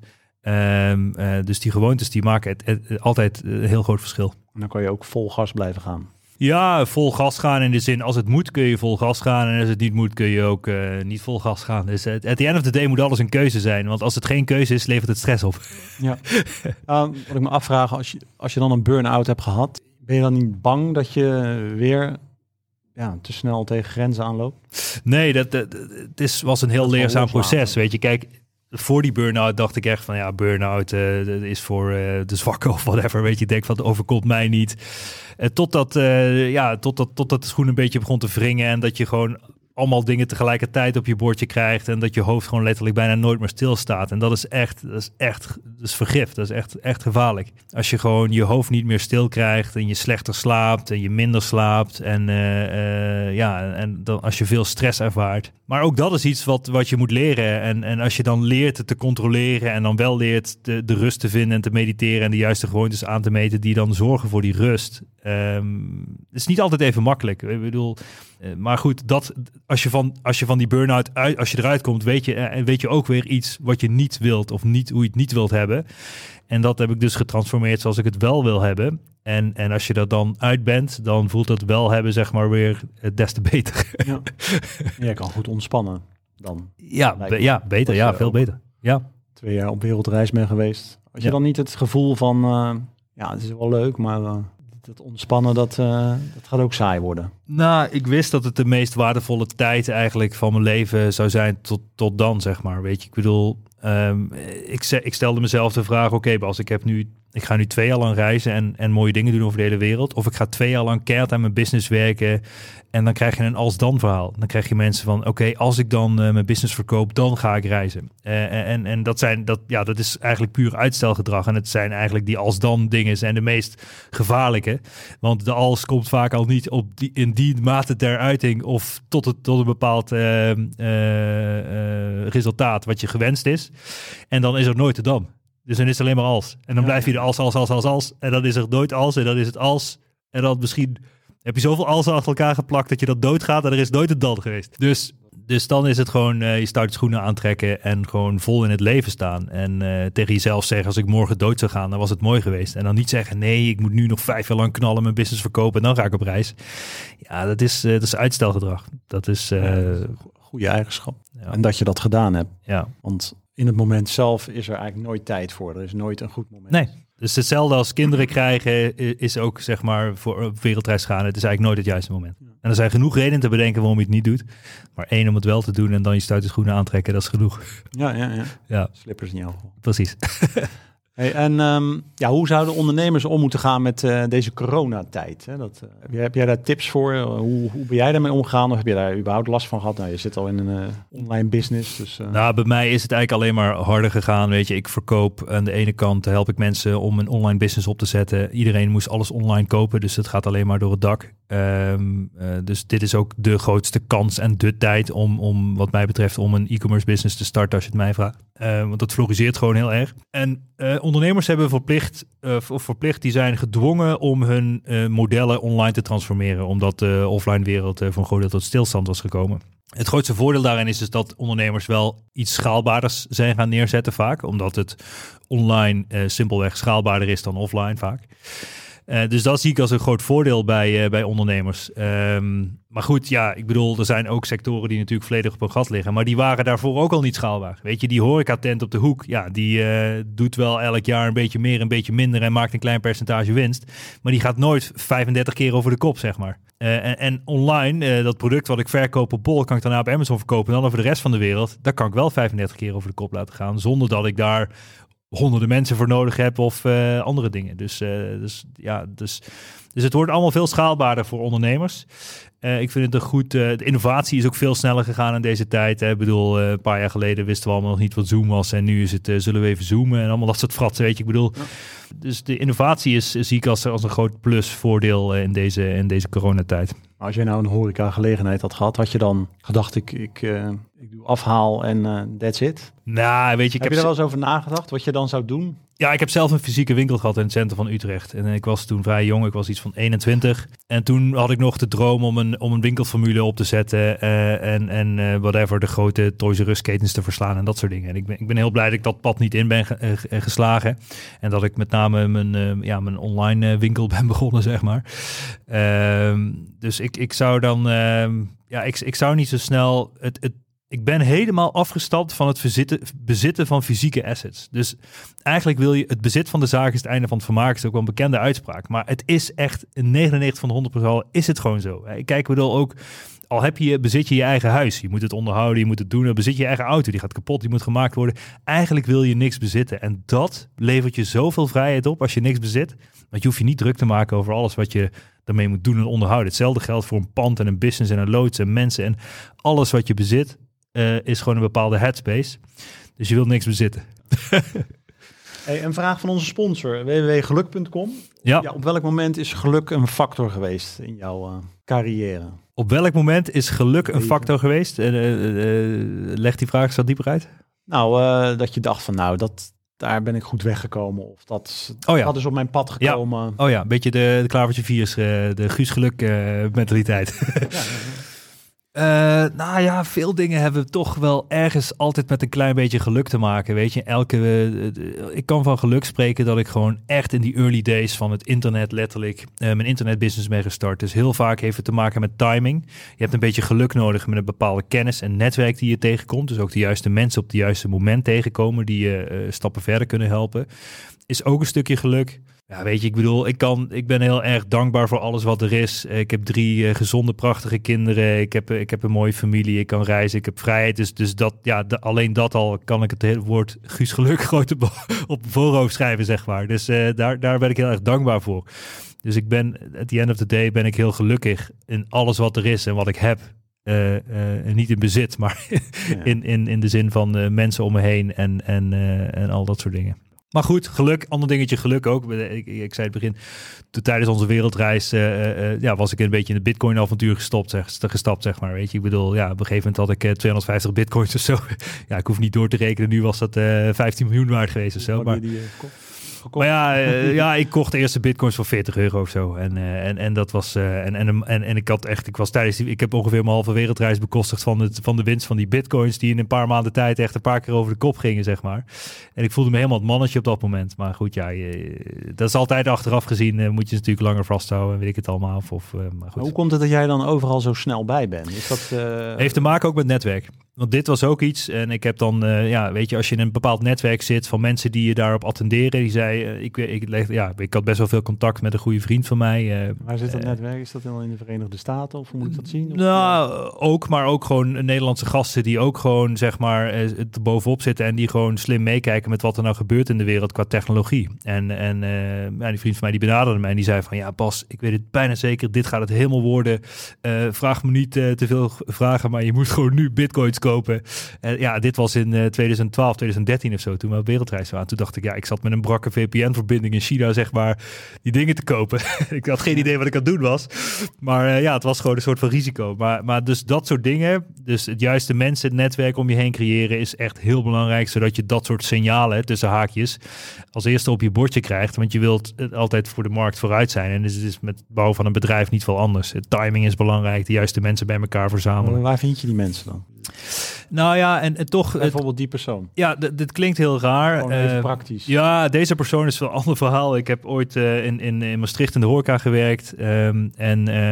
Um, uh, dus die gewoontes die maken het, het, het altijd een heel groot verschil. En dan kan je ook vol gas blijven gaan. Ja, vol gas gaan in de zin, als het moet kun je vol gas gaan. En als het niet moet kun je ook uh, niet vol gas gaan. Dus at the end of the day moet alles een keuze zijn. Want als het geen keuze is, levert het stress op. Ja. uh, wat ik me afvraag, als je, als je dan een burn-out hebt gehad, ben je dan niet bang dat je weer ja, te snel tegen grenzen aanloopt? Nee, dat, dat, het is, was een heel leerzaam proces. Weet je, kijk, voor die burn-out dacht ik echt van ja, burn-out uh, is voor uh, de zwakken of whatever. Weet je, denk van het overkomt mij niet. Uh, totdat, uh, ja, totdat, totdat de schoen een beetje begon te wringen en dat je gewoon allemaal dingen tegelijkertijd op je bordje krijgt en dat je hoofd gewoon letterlijk bijna nooit meer stilstaat. En dat is echt, dat is echt, dat is vergif. Dat is echt, echt gevaarlijk. Als je gewoon je hoofd niet meer stil krijgt en je slechter slaapt en je minder slaapt en uh, uh, ja, en dan als je veel stress ervaart. Maar ook dat is iets wat, wat je moet leren. En, en als je dan leert het te controleren en dan wel leert de, de rust te vinden en te mediteren en de juiste gewoontes aan te meten die dan zorgen voor die rust. Um, het is niet altijd even makkelijk. Ik bedoel, uh, maar goed, dat als je van als je van die burn-out uit, als je eruit komt, weet je en uh, weet je ook weer iets wat je niet wilt of niet hoe je het niet wilt hebben. En dat heb ik dus getransformeerd zoals ik het wel wil hebben. En, en als je er dan uit bent, dan voelt dat wel hebben, zeg maar, weer uh, des te beter. Ja. Je kan goed ontspannen dan. Ja, be- ja beter. Ja, veel beter. Ja. Twee jaar op wereldreis ben geweest. Als je ja. dan niet het gevoel van, uh, ja, het is wel leuk, maar uh, het ontspannen, dat, uh, dat gaat ook saai worden. Nou, ik wist dat het de meest waardevolle tijd eigenlijk van mijn leven zou zijn tot, tot dan, zeg maar. Weet je, ik bedoel, um, ik, ik stelde mezelf de vraag, oké, okay, Bas, ik heb nu, ik ga nu twee jaar lang reizen en, en mooie dingen doen over de hele wereld. Of ik ga twee jaar lang keihard aan mijn business werken en dan krijg je een als-dan verhaal. Dan krijg je mensen van, oké, okay, als ik dan uh, mijn business verkoop, dan ga ik reizen. Uh, en, en dat zijn, dat, ja, dat is eigenlijk puur uitstelgedrag. En het zijn eigenlijk die als-dan dingen zijn de meest gevaarlijke. Want de als komt vaak al niet op die, in die mate ter uiting of tot, het, tot een bepaald uh, uh, uh, resultaat wat je gewenst is. En dan is er nooit de dan. Dus dan is het alleen maar als. En dan ja. blijf je er als, als, als, als, als. En dan is er nooit als. En dan is het als. En dan misschien heb je zoveel als achter elkaar geplakt dat je dat doodgaat. En er is nooit een dan geweest. Dus Dus dan is het gewoon uh, je start schoenen aantrekken en gewoon vol in het leven staan. En uh, tegen jezelf zeggen, als ik morgen dood zou gaan, dan was het mooi geweest. En dan niet zeggen, nee, ik moet nu nog vijf jaar lang knallen, mijn business verkopen en dan ga ik op reis. Ja, dat is, uh, dat is uitstelgedrag. Dat is uh, ja, goede eigenschap. Ja. En dat je dat gedaan hebt. Ja. Want in het moment zelf is er eigenlijk nooit tijd voor. Er is nooit een goed moment. Nee. Dus hetzelfde als kinderen krijgen is ook, zeg maar, voor op wereldreis gaan. Het is eigenlijk nooit het juiste moment. Ja. En er zijn genoeg redenen te bedenken waarom je het niet doet. Maar één, om het wel te doen en dan je stuiterschoenen aantrekken, dat is genoeg. Ja, ja, ja. ja. Slippers in jouw geval. Precies. Hey, en um, ja, hoe zouden ondernemers om moeten gaan met uh, deze coronatijd? Hè? Dat, uh, heb, jij, heb jij daar tips voor? Uh, hoe, hoe ben jij daarmee omgegaan? Of heb je daar überhaupt last van gehad? Nou, je zit al in een uh, online business. Dus, uh... Nou, bij mij is het eigenlijk alleen maar harder gegaan. Weet je, ik verkoop aan de ene kant, help ik mensen om een online business op te zetten. Iedereen moest alles online kopen, dus het gaat alleen maar door het dak. Um, uh, dus dit is ook de grootste kans en de tijd om, om wat mij betreft, om een e-commerce business te starten als je het mij vraagt. Uh, want dat floriseert gewoon heel erg. En uh, ondernemers hebben verplicht, uh, of verplicht, die zijn gedwongen om hun uh, modellen online te transformeren. Omdat de offline wereld uh, voor een groot deel tot stilstand was gekomen. Het grootste voordeel daarin is dus dat ondernemers wel iets schaalbaarders zijn gaan neerzetten vaak. Omdat het online uh, simpelweg schaalbaarder is dan offline vaak. Uh, dus dat zie ik als een groot voordeel bij, uh, bij ondernemers. Um, maar goed, ja, ik bedoel, er zijn ook sectoren die natuurlijk volledig op een gat liggen. Maar die waren daarvoor ook al niet schaalbaar. Weet je, die horecatent op de hoek, ja, die uh, doet wel elk jaar een beetje meer, een beetje minder en maakt een klein percentage winst. Maar die gaat nooit vijfendertig keer over de kop, zeg maar. Uh, en, en online, uh, dat product wat ik verkoop op Bol, kan ik daarna op Amazon verkopen. En dan over de rest van de wereld, daar kan ik wel vijfendertig keer over de kop laten gaan. Zonder dat ik daar honderden mensen voor nodig heb of uh, andere dingen. Dus, uh, dus ja, dus, dus het wordt allemaal veel schaalbaarder voor ondernemers. Uh, ik vind het een goed. Uh, de innovatie is ook veel sneller gegaan in deze tijd. Hè. Ik bedoel, uh, een paar jaar geleden wisten we allemaal nog niet wat Zoom was. En nu is het, uh, zullen we even zoomen en allemaal dat soort fratsen, weet je. Ik bedoel, ja. Dus de innovatie is, zie ik als, als een groot plus voordeel uh, in deze, in deze coronatijd. Als jij nou een horeca gelegenheid had gehad, had je dan gedacht, ik, ik, uh, ik doe afhaal en uh, that's it? Nou, weet je, ik heb, heb je er wel eens over nagedacht, wat je dan zou doen? Ja, ik heb zelf een fysieke winkel gehad in het centrum van Utrecht. En ik was toen vrij jong, ik was iets van eenentwintig. En toen had ik nog de droom om een, om een winkelformule op te zetten. Uh, en en uh, whatever, de grote Toys R Us ketens te verslaan en dat soort dingen. En ik ben, ik ben heel blij dat ik dat pad niet in ben ge, uh, geslagen. En dat ik met name mijn, uh, ja, mijn online uh, winkel ben begonnen, zeg maar. Uh, dus ik, ik zou dan... Uh, ja, ik, ik zou niet zo snel... Het, het, Ik ben helemaal afgestapt van het bezitten, bezitten van fysieke assets. Dus eigenlijk wil je het bezit van de zaak is het einde van het vermaak. Is ook wel een bekende uitspraak. Maar het is echt in negenennegentig van de honderd procent is het gewoon zo. Kijk, ik bedoel ook, al heb je, bezit je je eigen huis. Je moet het onderhouden, je moet het doen. Dan bezit je je eigen auto, die gaat kapot, die moet gemaakt worden. Eigenlijk wil je niks bezitten. En dat levert je zoveel vrijheid op als je niks bezit. Want je hoeft je niet druk te maken over alles wat je daarmee moet doen en onderhouden. Hetzelfde geldt voor een pand en een business en een loods en mensen. En alles wat je bezit Uh, is gewoon een bepaalde headspace. Dus je wilt niks bezitten. Hey, een vraag van onze sponsor, w w w punt geluk punt com. Ja. Ja, op welk moment is geluk een factor geweest in jouw uh, carrière? Op welk moment is geluk een factor geweest? Uh, uh, uh, leg die vraag eens wat dieper uit. Nou, uh, dat je dacht van nou, dat, daar ben ik goed weggekomen. Of dat, oh ja. dat is op mijn pad gekomen. Ja. Oh ja, een beetje de, de klavertje viers, uh, de Guus Geluk uh, mentaliteit. Ja, ja, ja. Uh, nou ja, veel dingen hebben toch wel ergens altijd met een klein beetje geluk te maken, weet je. Elke, uh, ik kan van geluk spreken dat ik gewoon echt in die early days van het internet letterlijk uh, mijn internetbusiness ben gestart. Dus heel vaak heeft het te maken met timing. Je hebt een beetje geluk nodig met een bepaalde kennis en netwerk die je tegenkomt. Dus ook de juiste mensen op het juiste moment tegenkomen die je uh, stappen verder kunnen helpen. Is ook een stukje geluk. Ja, weet je, ik bedoel, ik, kan, ik ben heel erg dankbaar voor alles wat er is. Ik heb drie uh, gezonde, prachtige kinderen. Ik heb, ik heb een mooie familie. Ik kan reizen. Ik heb vrijheid. Dus, dus dat, ja, de, alleen dat al kan ik het hele woord Guus Geluk groot op, op voorhoofd schrijven, zeg maar. Dus uh, daar, daar ben ik heel erg dankbaar voor. Dus ik ben, at the end of the day, ben ik heel gelukkig in alles wat er is en wat ik heb. Uh, uh, niet in bezit, maar ja. in, in, in de zin van uh, mensen om me heen en, en, uh, en al dat soort dingen. Maar goed, geluk, ander dingetje geluk ook. Ik, ik zei het begin, tijdens onze wereldreis uh, uh, ja, was ik een beetje in het bitcoin-avontuur gestopt, zeg, gestapt, zeg maar. Weet je, ik bedoel, ja, op een gegeven moment had ik uh, tweehonderdvijftig bitcoins of zo. Ja, ik hoef niet door te rekenen, nu was dat uh, vijftien miljoen waard geweest of zo. Maar, die, uh, gekocht. Maar ja, uh, ja, ik kocht de eerste bitcoins voor veertig euro of zo. En, uh, en, en dat was... Uh, en, en, en, en ik had echt... Ik was tijdens die... Ik heb ongeveer mijn halve wereldreis bekostigd van, het, van de winst van die bitcoins die in een paar maanden tijd echt een paar keer over de kop gingen, zeg maar. En ik voelde me helemaal het mannetje op dat moment. Maar goed, ja, je, dat is altijd achteraf gezien. Uh, moet je natuurlijk langer vasthouden en weet ik het allemaal. Of, of, uh, maar goed. Maar hoe komt het dat jij dan overal zo snel bij bent? Is dat, uh... Heeft te maken ook met netwerk. Want dit was ook iets. En ik heb dan, uh, ja, weet je, als je in een bepaald netwerk zit van mensen die je daarop attenderen. Die zei, uh, ik, ik, ja, ik had best wel veel contact met een goede vriend van mij. Uh, Waar zit dat uh, netwerk? Is dat dan in de Verenigde Staten of hoe moet ik dat zien? Of, nou, ook, maar ook gewoon Nederlandse gasten die ook gewoon, zeg maar, uh, er bovenop zitten en die gewoon slim meekijken met wat er nou gebeurt in de wereld qua technologie. En, en uh, ja, die vriend van mij die benaderde mij en die zei van, ja Bas, ik weet het bijna zeker, dit gaat het helemaal worden. Uh, vraag me niet uh, te veel vragen, maar je moet gewoon nu bitcoins kopen. Uh, ja, dit was in uh, twintig twaalf, twintig dertien of zo, toen we op wereldreis waren. Toen dacht ik, ja, ik zat met een brakke V P N-verbinding in China, zeg maar, die dingen te kopen. Ik had geen idee wat ik aan het doen was. Maar uh, ja, het was gewoon een soort van risico. Maar, maar dus dat soort dingen, dus het juiste mensen, het netwerk om je heen creëren, is echt heel belangrijk, zodat je dat soort signalen, tussen haakjes, als eerste op je bordje krijgt. Want je wilt altijd voor de markt vooruit zijn. En dus het is met het bouwen van een bedrijf niet veel anders. Het timing is belangrijk, de juiste mensen bij elkaar verzamelen. Waar vind je die mensen dan? Nou ja, en, en toch... Bijvoorbeeld het, die persoon. Ja, d- dit klinkt heel raar. Gewoon even uh, praktisch. Ja, deze persoon is wel een ander verhaal. Ik heb ooit uh, in, in, in Maastricht in de horeca gewerkt. Um, en uh,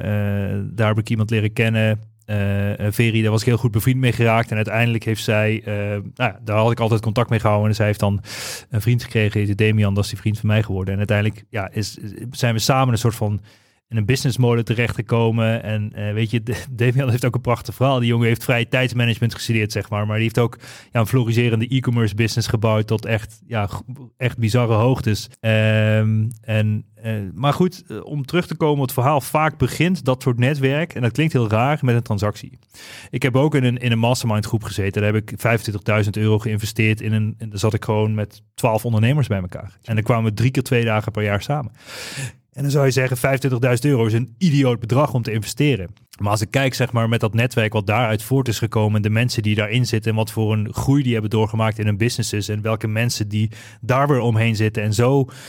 uh, daar heb ik iemand leren kennen. Uh, Veri, daar was ik heel goed bevriend mee geraakt. En uiteindelijk heeft zij... Uh, nou ja, daar had ik altijd contact mee gehouden. En zij heeft dan een vriend gekregen. Die Damian, dat is die vriend van mij geworden. En uiteindelijk ja, is, zijn we samen een soort van... in een business mode terechtgekomen. En uh, weet je, Damian heeft ook een prachtig verhaal. Die jongen heeft vrije tijdsmanagement gestudeerd, zeg maar. Maar die heeft ook ja, een floriserende e-commerce business gebouwd tot echt, ja, echt bizarre hoogtes. Um, en, uh, maar goed, uh, om terug te komen op het verhaal. Vaak begint dat soort netwerk, en dat klinkt heel raar, met een transactie. Ik heb ook in een, in een mastermind groep gezeten. Daar heb ik vijfentwintigduizend euro geïnvesteerd in een... En daar zat ik gewoon met twaalf ondernemers bij elkaar. En dan kwamen we drie keer twee dagen per jaar samen. En dan zou je zeggen, vijfentwintigduizend euro is een idioot bedrag om te investeren. Maar als ik kijk, zeg maar, met dat netwerk wat daaruit voort is gekomen... en de mensen die daarin zitten en wat voor een groei die hebben doorgemaakt in hun businesses... en welke mensen die daar weer omheen zitten. En zo uh,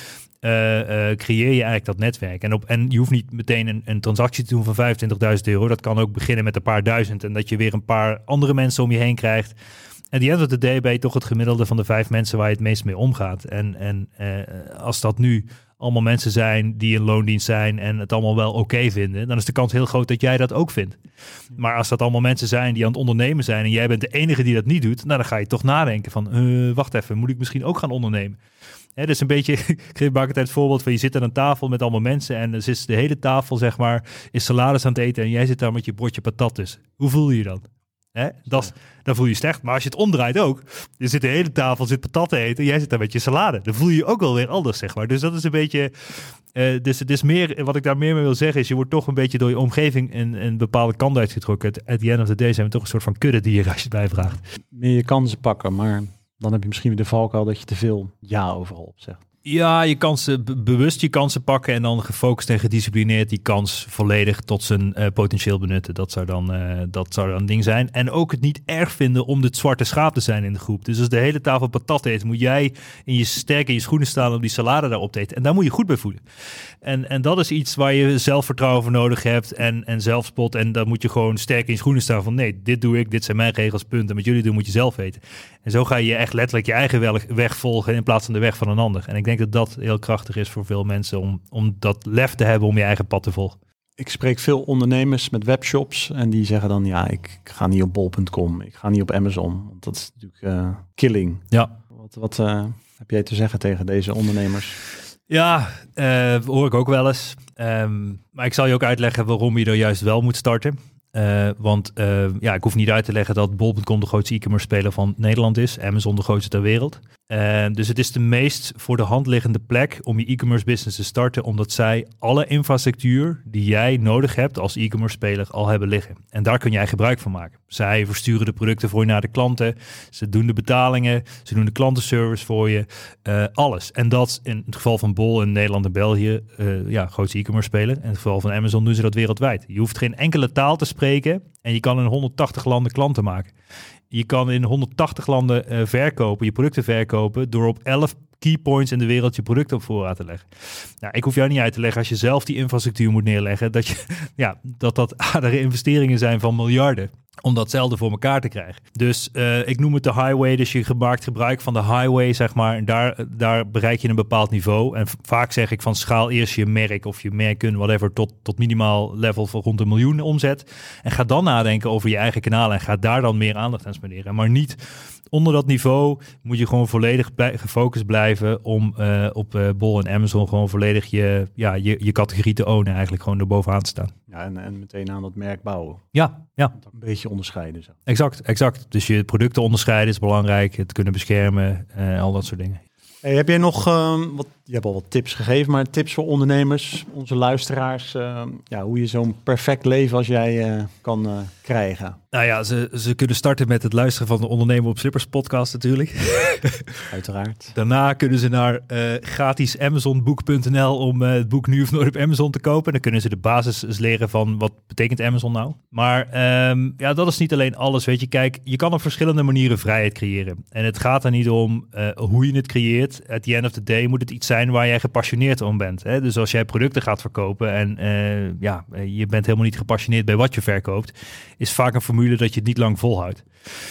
uh, creëer je eigenlijk dat netwerk. En, op, en je hoeft niet meteen een, een transactie te doen van vijfentwintigduizend euro. Dat kan ook beginnen met een paar duizend... en dat je weer een paar andere mensen om je heen krijgt... En die end of the day ben je toch het gemiddelde van de vijf mensen waar je het meest mee omgaat. En, en uh, als dat nu allemaal mensen zijn die in loondienst zijn en het allemaal wel oké okay vinden, dan is de kans heel groot dat jij dat ook vindt. Maar als dat allemaal mensen zijn die aan het ondernemen zijn en jij bent de enige die dat niet doet, nou dan ga je toch nadenken van, uh, wacht even, moet ik misschien ook gaan ondernemen? Hè, dus een beetje, ik geef maar altijd het voorbeeld van je zit aan een tafel met allemaal mensen en er zit de hele tafel, zeg maar, is salades aan het eten en jij zit daar met je bordje patat dus. Hoe voel je je dan? Hè? Dat, dan voel je je slecht. Maar als je het omdraait ook. Je zit de hele tafel, zit patat te eten. Jij zit daar met je salade. Dan voel je je ook wel weer anders, zeg maar. Dus dat is een beetje... Uh, dus het is meer... Wat ik daar meer mee wil zeggen is... Je wordt toch een beetje door je omgeving... een, een bepaalde kant uitgetrokken. At the end of the day zijn we toch een soort van kuddedier als je het mij vraagt. Meer je kansen pakken. Maar dan heb je misschien weer de valkuil dat je te veel ja overal op zegt. Ja, je kansen, be- bewust je kansen pakken en dan gefocust en gedisciplineerd die kans volledig tot zijn uh, potentieel benutten. Dat zou, dan, uh, dat zou dan een ding zijn. En ook het niet erg vinden om dit zwarte schaap te zijn in de groep. Dus als de hele tafel patat eet, moet jij in je sterk in je schoenen staan om die salade daarop te eten. En daar moet je goed bij voelen. En, en dat is iets waar je zelfvertrouwen voor nodig hebt en, en zelfspot. En dan moet je gewoon sterk in je schoenen staan van nee, dit doe ik, dit zijn mijn regels, punt. En wat jullie doen moet je zelf weten. En zo ga je echt letterlijk je eigen weg volgen in plaats van de weg van een ander. En ik denk dat dat heel krachtig is voor veel mensen om, om dat lef te hebben om je eigen pad te volgen. Ik spreek veel ondernemers met webshops en die zeggen dan ja, ik ga niet op bol punt com, ik ga niet op Amazon, want dat is natuurlijk uh, killing. Ja. Wat, wat uh, heb jij te zeggen tegen deze ondernemers? Ja, uh, hoor ik ook wel eens. Um, maar ik zal je ook uitleggen waarom je er juist wel moet starten. Uh, want uh, ja, ik hoef niet uit te leggen dat bol punt com de grootste e-commerce speler van Nederland is. Amazon de grootste ter wereld. Uh, dus het is de meest voor de hand liggende plek om je e-commerce business te starten. Omdat zij alle infrastructuur die jij nodig hebt als e-commerce speler al hebben liggen. En daar kun jij gebruik van maken. Zij versturen de producten voor je naar de klanten. Ze doen de betalingen. Ze doen de klantenservice voor je. Uh, alles. En dat in het geval van Bol in Nederland en België. Uh, ja, grootste e-commerce speler. In het geval van Amazon doen ze dat wereldwijd. Je hoeft geen enkele taal te spreken. En je kan in honderdtachtig landen klanten maken. Je kan in honderdtachtig landen uh, verkopen, je producten verkopen door op elf key points in de wereld je producten op voorraad te leggen. Nou, ik hoef jou niet uit te leggen als je zelf die infrastructuur moet neerleggen, dat je, ja, dat dat aardige investeringen zijn van miljarden om datzelfde voor elkaar te krijgen. Dus uh, ik noem het de highway, dus je maakt gebruik van de highway, zeg maar, en daar, daar bereik je een bepaald niveau. En v- vaak zeg ik van schaal eerst je merk of je merkkunde, whatever, tot, tot minimaal level van rond een miljoen omzet. En ga dan nadenken over je eigen kanalen en ga daar dan meer aandacht aan spenderen. Maar niet onder dat niveau moet je gewoon volledig blij, gefocust blijven om uh, op uh, Bol en Amazon gewoon volledig je, ja, je, je categorie te ownen, eigenlijk gewoon er bovenaan te staan. Ja, en, en meteen aan dat merk bouwen. Ja, ja. Een beetje onderscheiden zo. Exact, exact. Dus je producten onderscheiden is belangrijk, het kunnen beschermen, uh, al dat soort dingen. Hey, heb jij nog, uh, wat, je hebt al wat tips gegeven, maar tips voor ondernemers, onze luisteraars, uh, ja, hoe je zo'n perfect leven als jij uh, kan uh, krijgen? Nou ja, ze, ze kunnen starten met het luisteren van de Ondernemer op Slippers podcast natuurlijk. Uiteraard. Daarna kunnen ze naar uh, gratis amazon boek punt n l om uh, het boek Nu of Nooit op Amazon te kopen. Dan kunnen ze de basis eens leren van wat betekent Amazon nou. Maar um, ja, dat is niet alleen alles, weet je. Kijk, je kan op verschillende manieren vrijheid creëren. En het gaat er niet om uh, hoe je het creëert. At the end of the day moet het iets zijn waar jij gepassioneerd om bent. Hè? Dus als jij producten gaat verkopen en uh, ja, je bent helemaal niet gepassioneerd bij wat je verkoopt, is vaak een formule dat je het niet lang volhoudt.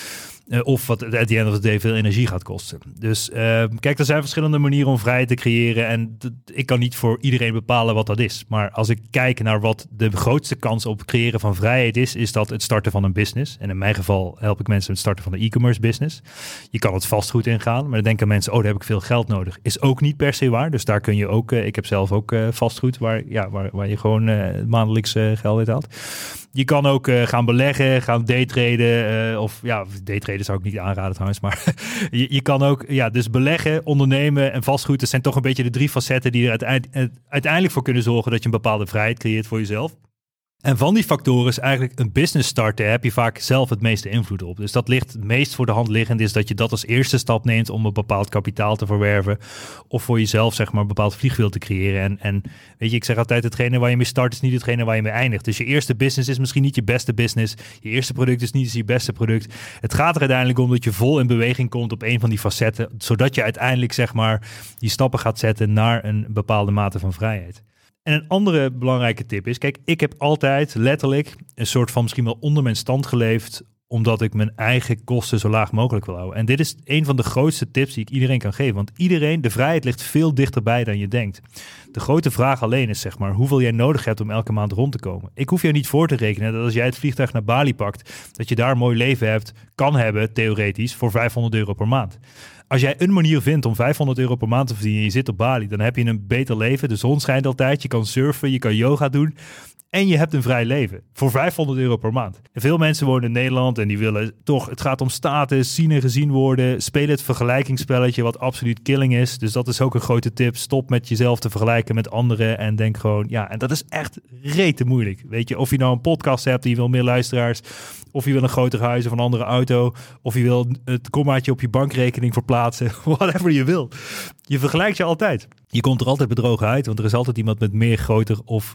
Uh, of wat at the end of the day veel energie gaat kosten. Dus uh, kijk, er zijn verschillende manieren om vrijheid te creëren. En d- ik kan niet voor iedereen bepalen wat dat is. Maar als ik kijk naar wat de grootste kans op het creëren van vrijheid is, is dat het starten van een business. En in mijn geval help ik mensen met het starten van een e-commerce business. Je kan het vastgoed ingaan, maar dan denken mensen, oh, daar heb ik veel geld nodig. Is ook niet per se waar. Dus daar kun je ook, uh, ik heb zelf ook uh, vastgoed waar, ja, waar, waar je gewoon uh, maandelijks uh, geld uit haalt. Je kan ook uh, gaan beleggen, gaan daytraden. Uh, of ja, daytraden zou ik niet aanraden trouwens. Maar je, je kan ook ja, dus beleggen, ondernemen en vastgoed. Dat zijn toch een beetje de drie facetten die er uiteindelijk, uiteindelijk voor kunnen zorgen dat je een bepaalde vrijheid creëert voor jezelf. En van die factoren is eigenlijk een business starten, heb je vaak zelf het meeste invloed op. Dus dat ligt het meest voor de hand liggend, is dat je dat als eerste stap neemt om een bepaald kapitaal te verwerven. Of voor jezelf, zeg maar, een bepaald vliegwiel te creëren. En, en weet je, ik zeg altijd, hetgene waar je mee start is niet hetgene waar je mee eindigt. Dus je eerste business is misschien niet je beste business. Je eerste product is niet je beste product. Het gaat er uiteindelijk om dat je vol in beweging komt op een van die facetten, zodat je uiteindelijk, zeg maar, die stappen gaat zetten naar een bepaalde mate van vrijheid. En een andere belangrijke tip is, kijk, ik heb altijd letterlijk een soort van misschien wel onder mijn stand geleefd, omdat ik mijn eigen kosten zo laag mogelijk wil houden. En dit is een van de grootste tips die ik iedereen kan geven. Want iedereen, de vrijheid ligt veel dichterbij dan je denkt. De grote vraag alleen is, zeg maar, hoeveel jij nodig hebt om elke maand rond te komen. Ik hoef jou niet voor te rekenen dat als jij het vliegtuig naar Bali pakt, dat je daar een mooi leven hebt, kan hebben, theoretisch, voor vijfhonderd euro per maand. Als jij een manier vindt om vijfhonderd euro per maand te verdienen en je zit op Bali, dan heb je een beter leven. De zon schijnt altijd, je kan surfen, je kan yoga doen. En je hebt een vrij leven voor vijfhonderd euro per maand. En veel mensen wonen in Nederland en die willen toch, het gaat om status, zien en gezien worden. Speel het vergelijkingsspelletje wat absoluut killing is. Dus dat is ook een grote tip. Stop met jezelf te vergelijken met anderen en denk gewoon, ja, en dat is echt rete moeilijk. Weet je, of je nou een podcast hebt en je wil meer luisteraars, of je wil een groter huis of een andere auto, of je wil het kommaatje op je bankrekening verplaatsen, whatever je wil. Je vergelijkt je altijd. Je komt er altijd bedrogen uit, want er is altijd iemand met meer, groter of,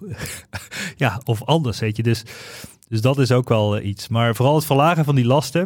ja, of anders, weet je. Dus, dus dat is ook wel uh, iets. Maar vooral het verlagen van die lasten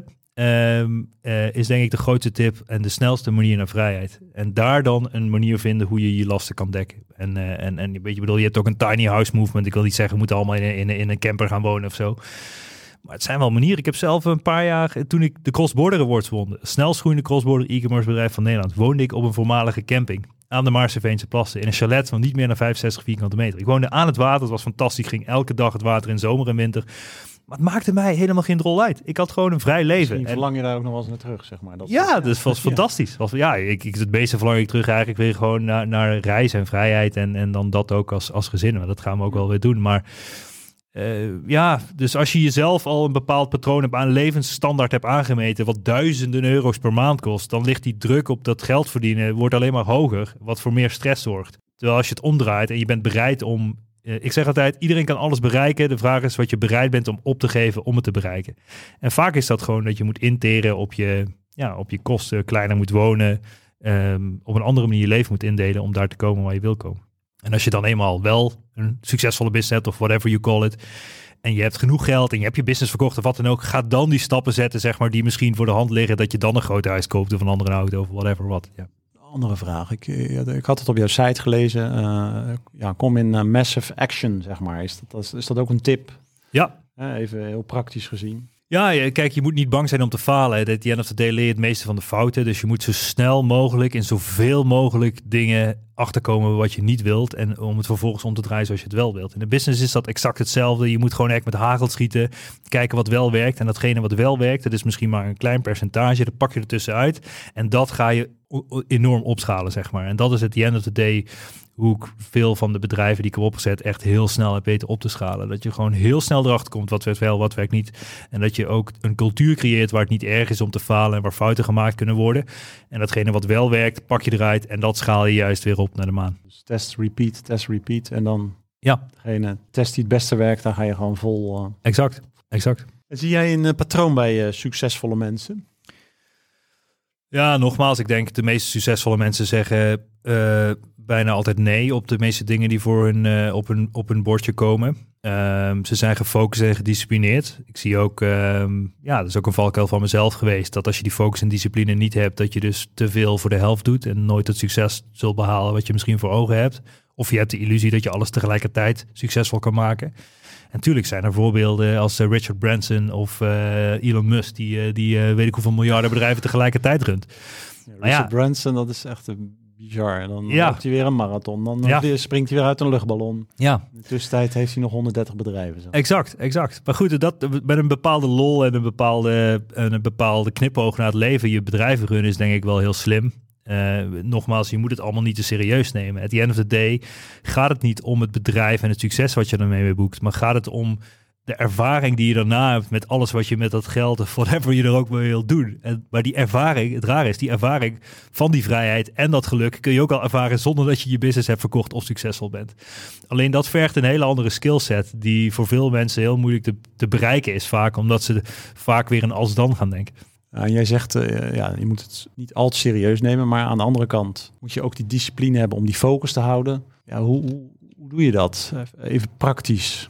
um, uh, is denk ik de grootste tip en de snelste manier naar vrijheid. En daar dan een manier vinden hoe je je lasten kan dekken. En, uh, en, en weet je, bedoel, je hebt ook een tiny house movement. Ik wil niet zeggen, we moeten allemaal in, in, in een camper gaan wonen of zo. Maar het zijn wel manieren. Ik heb zelf een paar jaar, toen ik de Cross Border Awards won, de snelst groeiende cross-border e-commerce bedrijf van Nederland, woonde ik op een voormalige camping aan de Maarseveense Plassen in een chalet van niet meer dan vijfenzestig vierkante meter. Ik woonde aan het water, het was fantastisch. Ik ging elke dag het water in zomer en winter. Maar het maakte mij helemaal geen rol uit. Ik had gewoon een vrij leven. Misschien verlang je daar ook nog wel eens naar terug, zeg maar. Dat ja, is, dus was ja. fantastisch. Was, ja, ik, ik, het meeste verlang ik terug eigenlijk weer gewoon naar, naar reis en vrijheid. En, en dan dat ook als, als gezin. Maar dat gaan we ook wel weer doen. Maar Uh, ja, dus als je jezelf al een bepaald patroon hebt aan levensstandaard hebt aangemeten, wat duizenden euro's per maand kost, dan ligt die druk op dat geld verdienen, wordt alleen maar hoger, wat voor meer stress zorgt. Terwijl als je het omdraait en je bent bereid om, uh, ik zeg altijd, iedereen kan alles bereiken. De vraag is wat je bereid bent om op te geven om het te bereiken. En vaak is dat gewoon dat je moet interen op je, ja, op je kosten, kleiner moet wonen, um, op een andere manier je leven moet indelen om daar te komen waar je wil komen. En als je dan eenmaal wel een succesvolle business hebt of whatever you call it, en je hebt genoeg geld en je hebt je business verkocht of wat dan ook, ga dan die stappen zetten, zeg maar, die misschien voor de hand liggen, dat je dan een groot huis koopt of een andere auto of whatever wat. Ja. Andere vraag. Ik, ik had het op jouw site gelezen. Uh, ja, kom in uh, massive action, zeg maar. Is dat, is dat ook een tip? Ja. Uh, even heel praktisch gezien. Ja, kijk, je moet niet bang zijn om te falen. At the end of the day leer je het meeste van de fouten. Dus je moet zo snel mogelijk in zoveel mogelijk dingen achterkomen wat je niet wilt. En om het vervolgens om te draaien zoals je het wel wilt. In de business is dat exact hetzelfde. Je moet gewoon echt met hagel schieten. Kijken wat wel werkt. En datgene wat wel werkt, dat is misschien maar een klein percentage. Dat pak je er tussenuit. En dat ga je enorm opschalen, zeg maar. En dat is at the end of the day hoe ik veel van de bedrijven die ik heb opgezet echt heel snel heb weten op te schalen. Dat je gewoon heel snel erachter komt wat werkt wel, wat werkt niet. En dat je ook een cultuur creëert waar het niet erg is om te falen en waar fouten gemaakt kunnen worden. En datgene wat wel werkt, pak je eruit en dat schaal je juist weer op naar de maan. Dus test, repeat, test, repeat. En dan ja. degene test die het beste werkt, dan ga je gewoon vol... Uh... Exact, exact. En zie jij een uh, patroon bij uh, succesvolle mensen? Ja, nogmaals, ik denk de meeste succesvolle mensen zeggen uh, bijna altijd nee op de meeste dingen die voor hun, uh, op, hun, op hun bordje komen. Um, ze zijn gefocust en gedisciplineerd. Ik zie ook, um, ja, dat is ook een valkuil van mezelf geweest, dat als je die focus en discipline niet hebt, dat je dus te veel voor de helft doet en nooit het succes zult behalen wat je misschien voor ogen hebt. Of je hebt de illusie dat je alles tegelijkertijd succesvol kan maken. En natuurlijk zijn er voorbeelden als uh, Richard Branson of uh, Elon Musk, die, uh, die uh, weet ik hoeveel miljarden bedrijven tegelijkertijd runt. Ja, Richard ja, Branson, dat is echt een bizar. Dan ja. loopt hij weer een marathon, dan ja. springt hij weer uit een luchtballon. Ja. In de tussentijd heeft hij nog honderddertig bedrijven. Zo. Exact, exact. Maar goed, dat, met een bepaalde lol en een bepaalde, een bepaalde knipoog naar het leven, je bedrijven runnen is denk ik wel heel slim. Uh, nogmaals, je moet het allemaal niet te serieus nemen. At the end of the day gaat het niet om het bedrijf en het succes wat je ermee boekt, maar gaat het om de ervaring die je daarna hebt met alles wat je met dat geld of whatever je er ook mee wilt doen. En, maar die ervaring, het raar is, die ervaring van die vrijheid en dat geluk kun je ook al ervaren zonder dat je je business hebt verkocht of succesvol bent. Alleen dat vergt een hele andere skillset die voor veel mensen heel moeilijk te, te bereiken is vaak, omdat ze vaak weer een als-dan gaan denken. Ja, en jij zegt, uh, ja, je moet het niet al te serieus nemen, maar aan de andere kant moet je ook die discipline hebben om die focus te houden. Ja, hoe, hoe, hoe doe je dat? Even praktisch.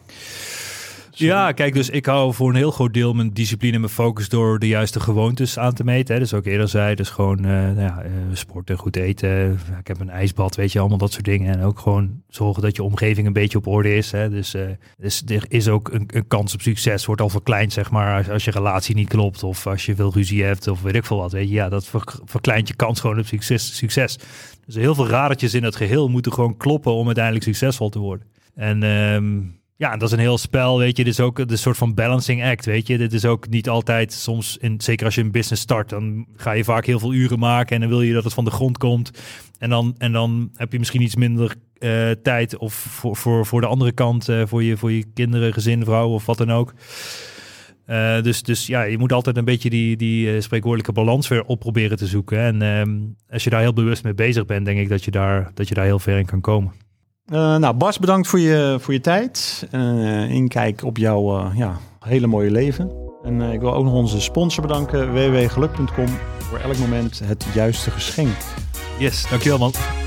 Sorry. Ja, kijk, dus ik hou voor een heel groot deel mijn discipline en mijn focus door de juiste gewoontes aan te meten. Hè. Dus ook eerder zei, dus gewoon uh, nou ja, uh, sporten, goed eten. Ik heb een ijsbad, weet je, allemaal dat soort dingen. En ook gewoon zorgen dat je omgeving een beetje op orde is. Hè. Dus, uh, dus er is ook een, een kans op succes, wordt al verkleind, zeg maar, als, als je relatie niet klopt of als je veel ruzie hebt of weet ik veel wat. Weet je, ja, dat ver, verkleint je kans gewoon op succes. succes. Dus heel veel radertjes in het geheel moeten gewoon kloppen om uiteindelijk succesvol te worden. En um, ja, dat is een heel spel, weet je. Dit is ook een soort van balancing act, weet je. Dit is ook niet altijd soms, in, zeker als je een business start, dan ga je vaak heel veel uren maken en dan wil je dat het van de grond komt. En dan, en dan heb je misschien iets minder uh, tijd of voor, voor, voor de andere kant, uh, voor, je, voor je kinderen, gezin, vrouw of wat dan ook. Uh, dus, dus ja, je moet altijd een beetje die, die uh, spreekwoordelijke balans weer op proberen te zoeken. En um, als je daar heel bewust mee bezig bent, denk ik dat je daar, dat je daar heel ver in kan komen. Uh, nou, Bas, bedankt voor je, voor je tijd. Uh, inkijk op jouw uh, ja, hele mooie leven. En uh, ik wil ook nog onze sponsor bedanken, w w w punt geluk punt com, voor elk moment het juiste geschenk. Yes, dankjewel man.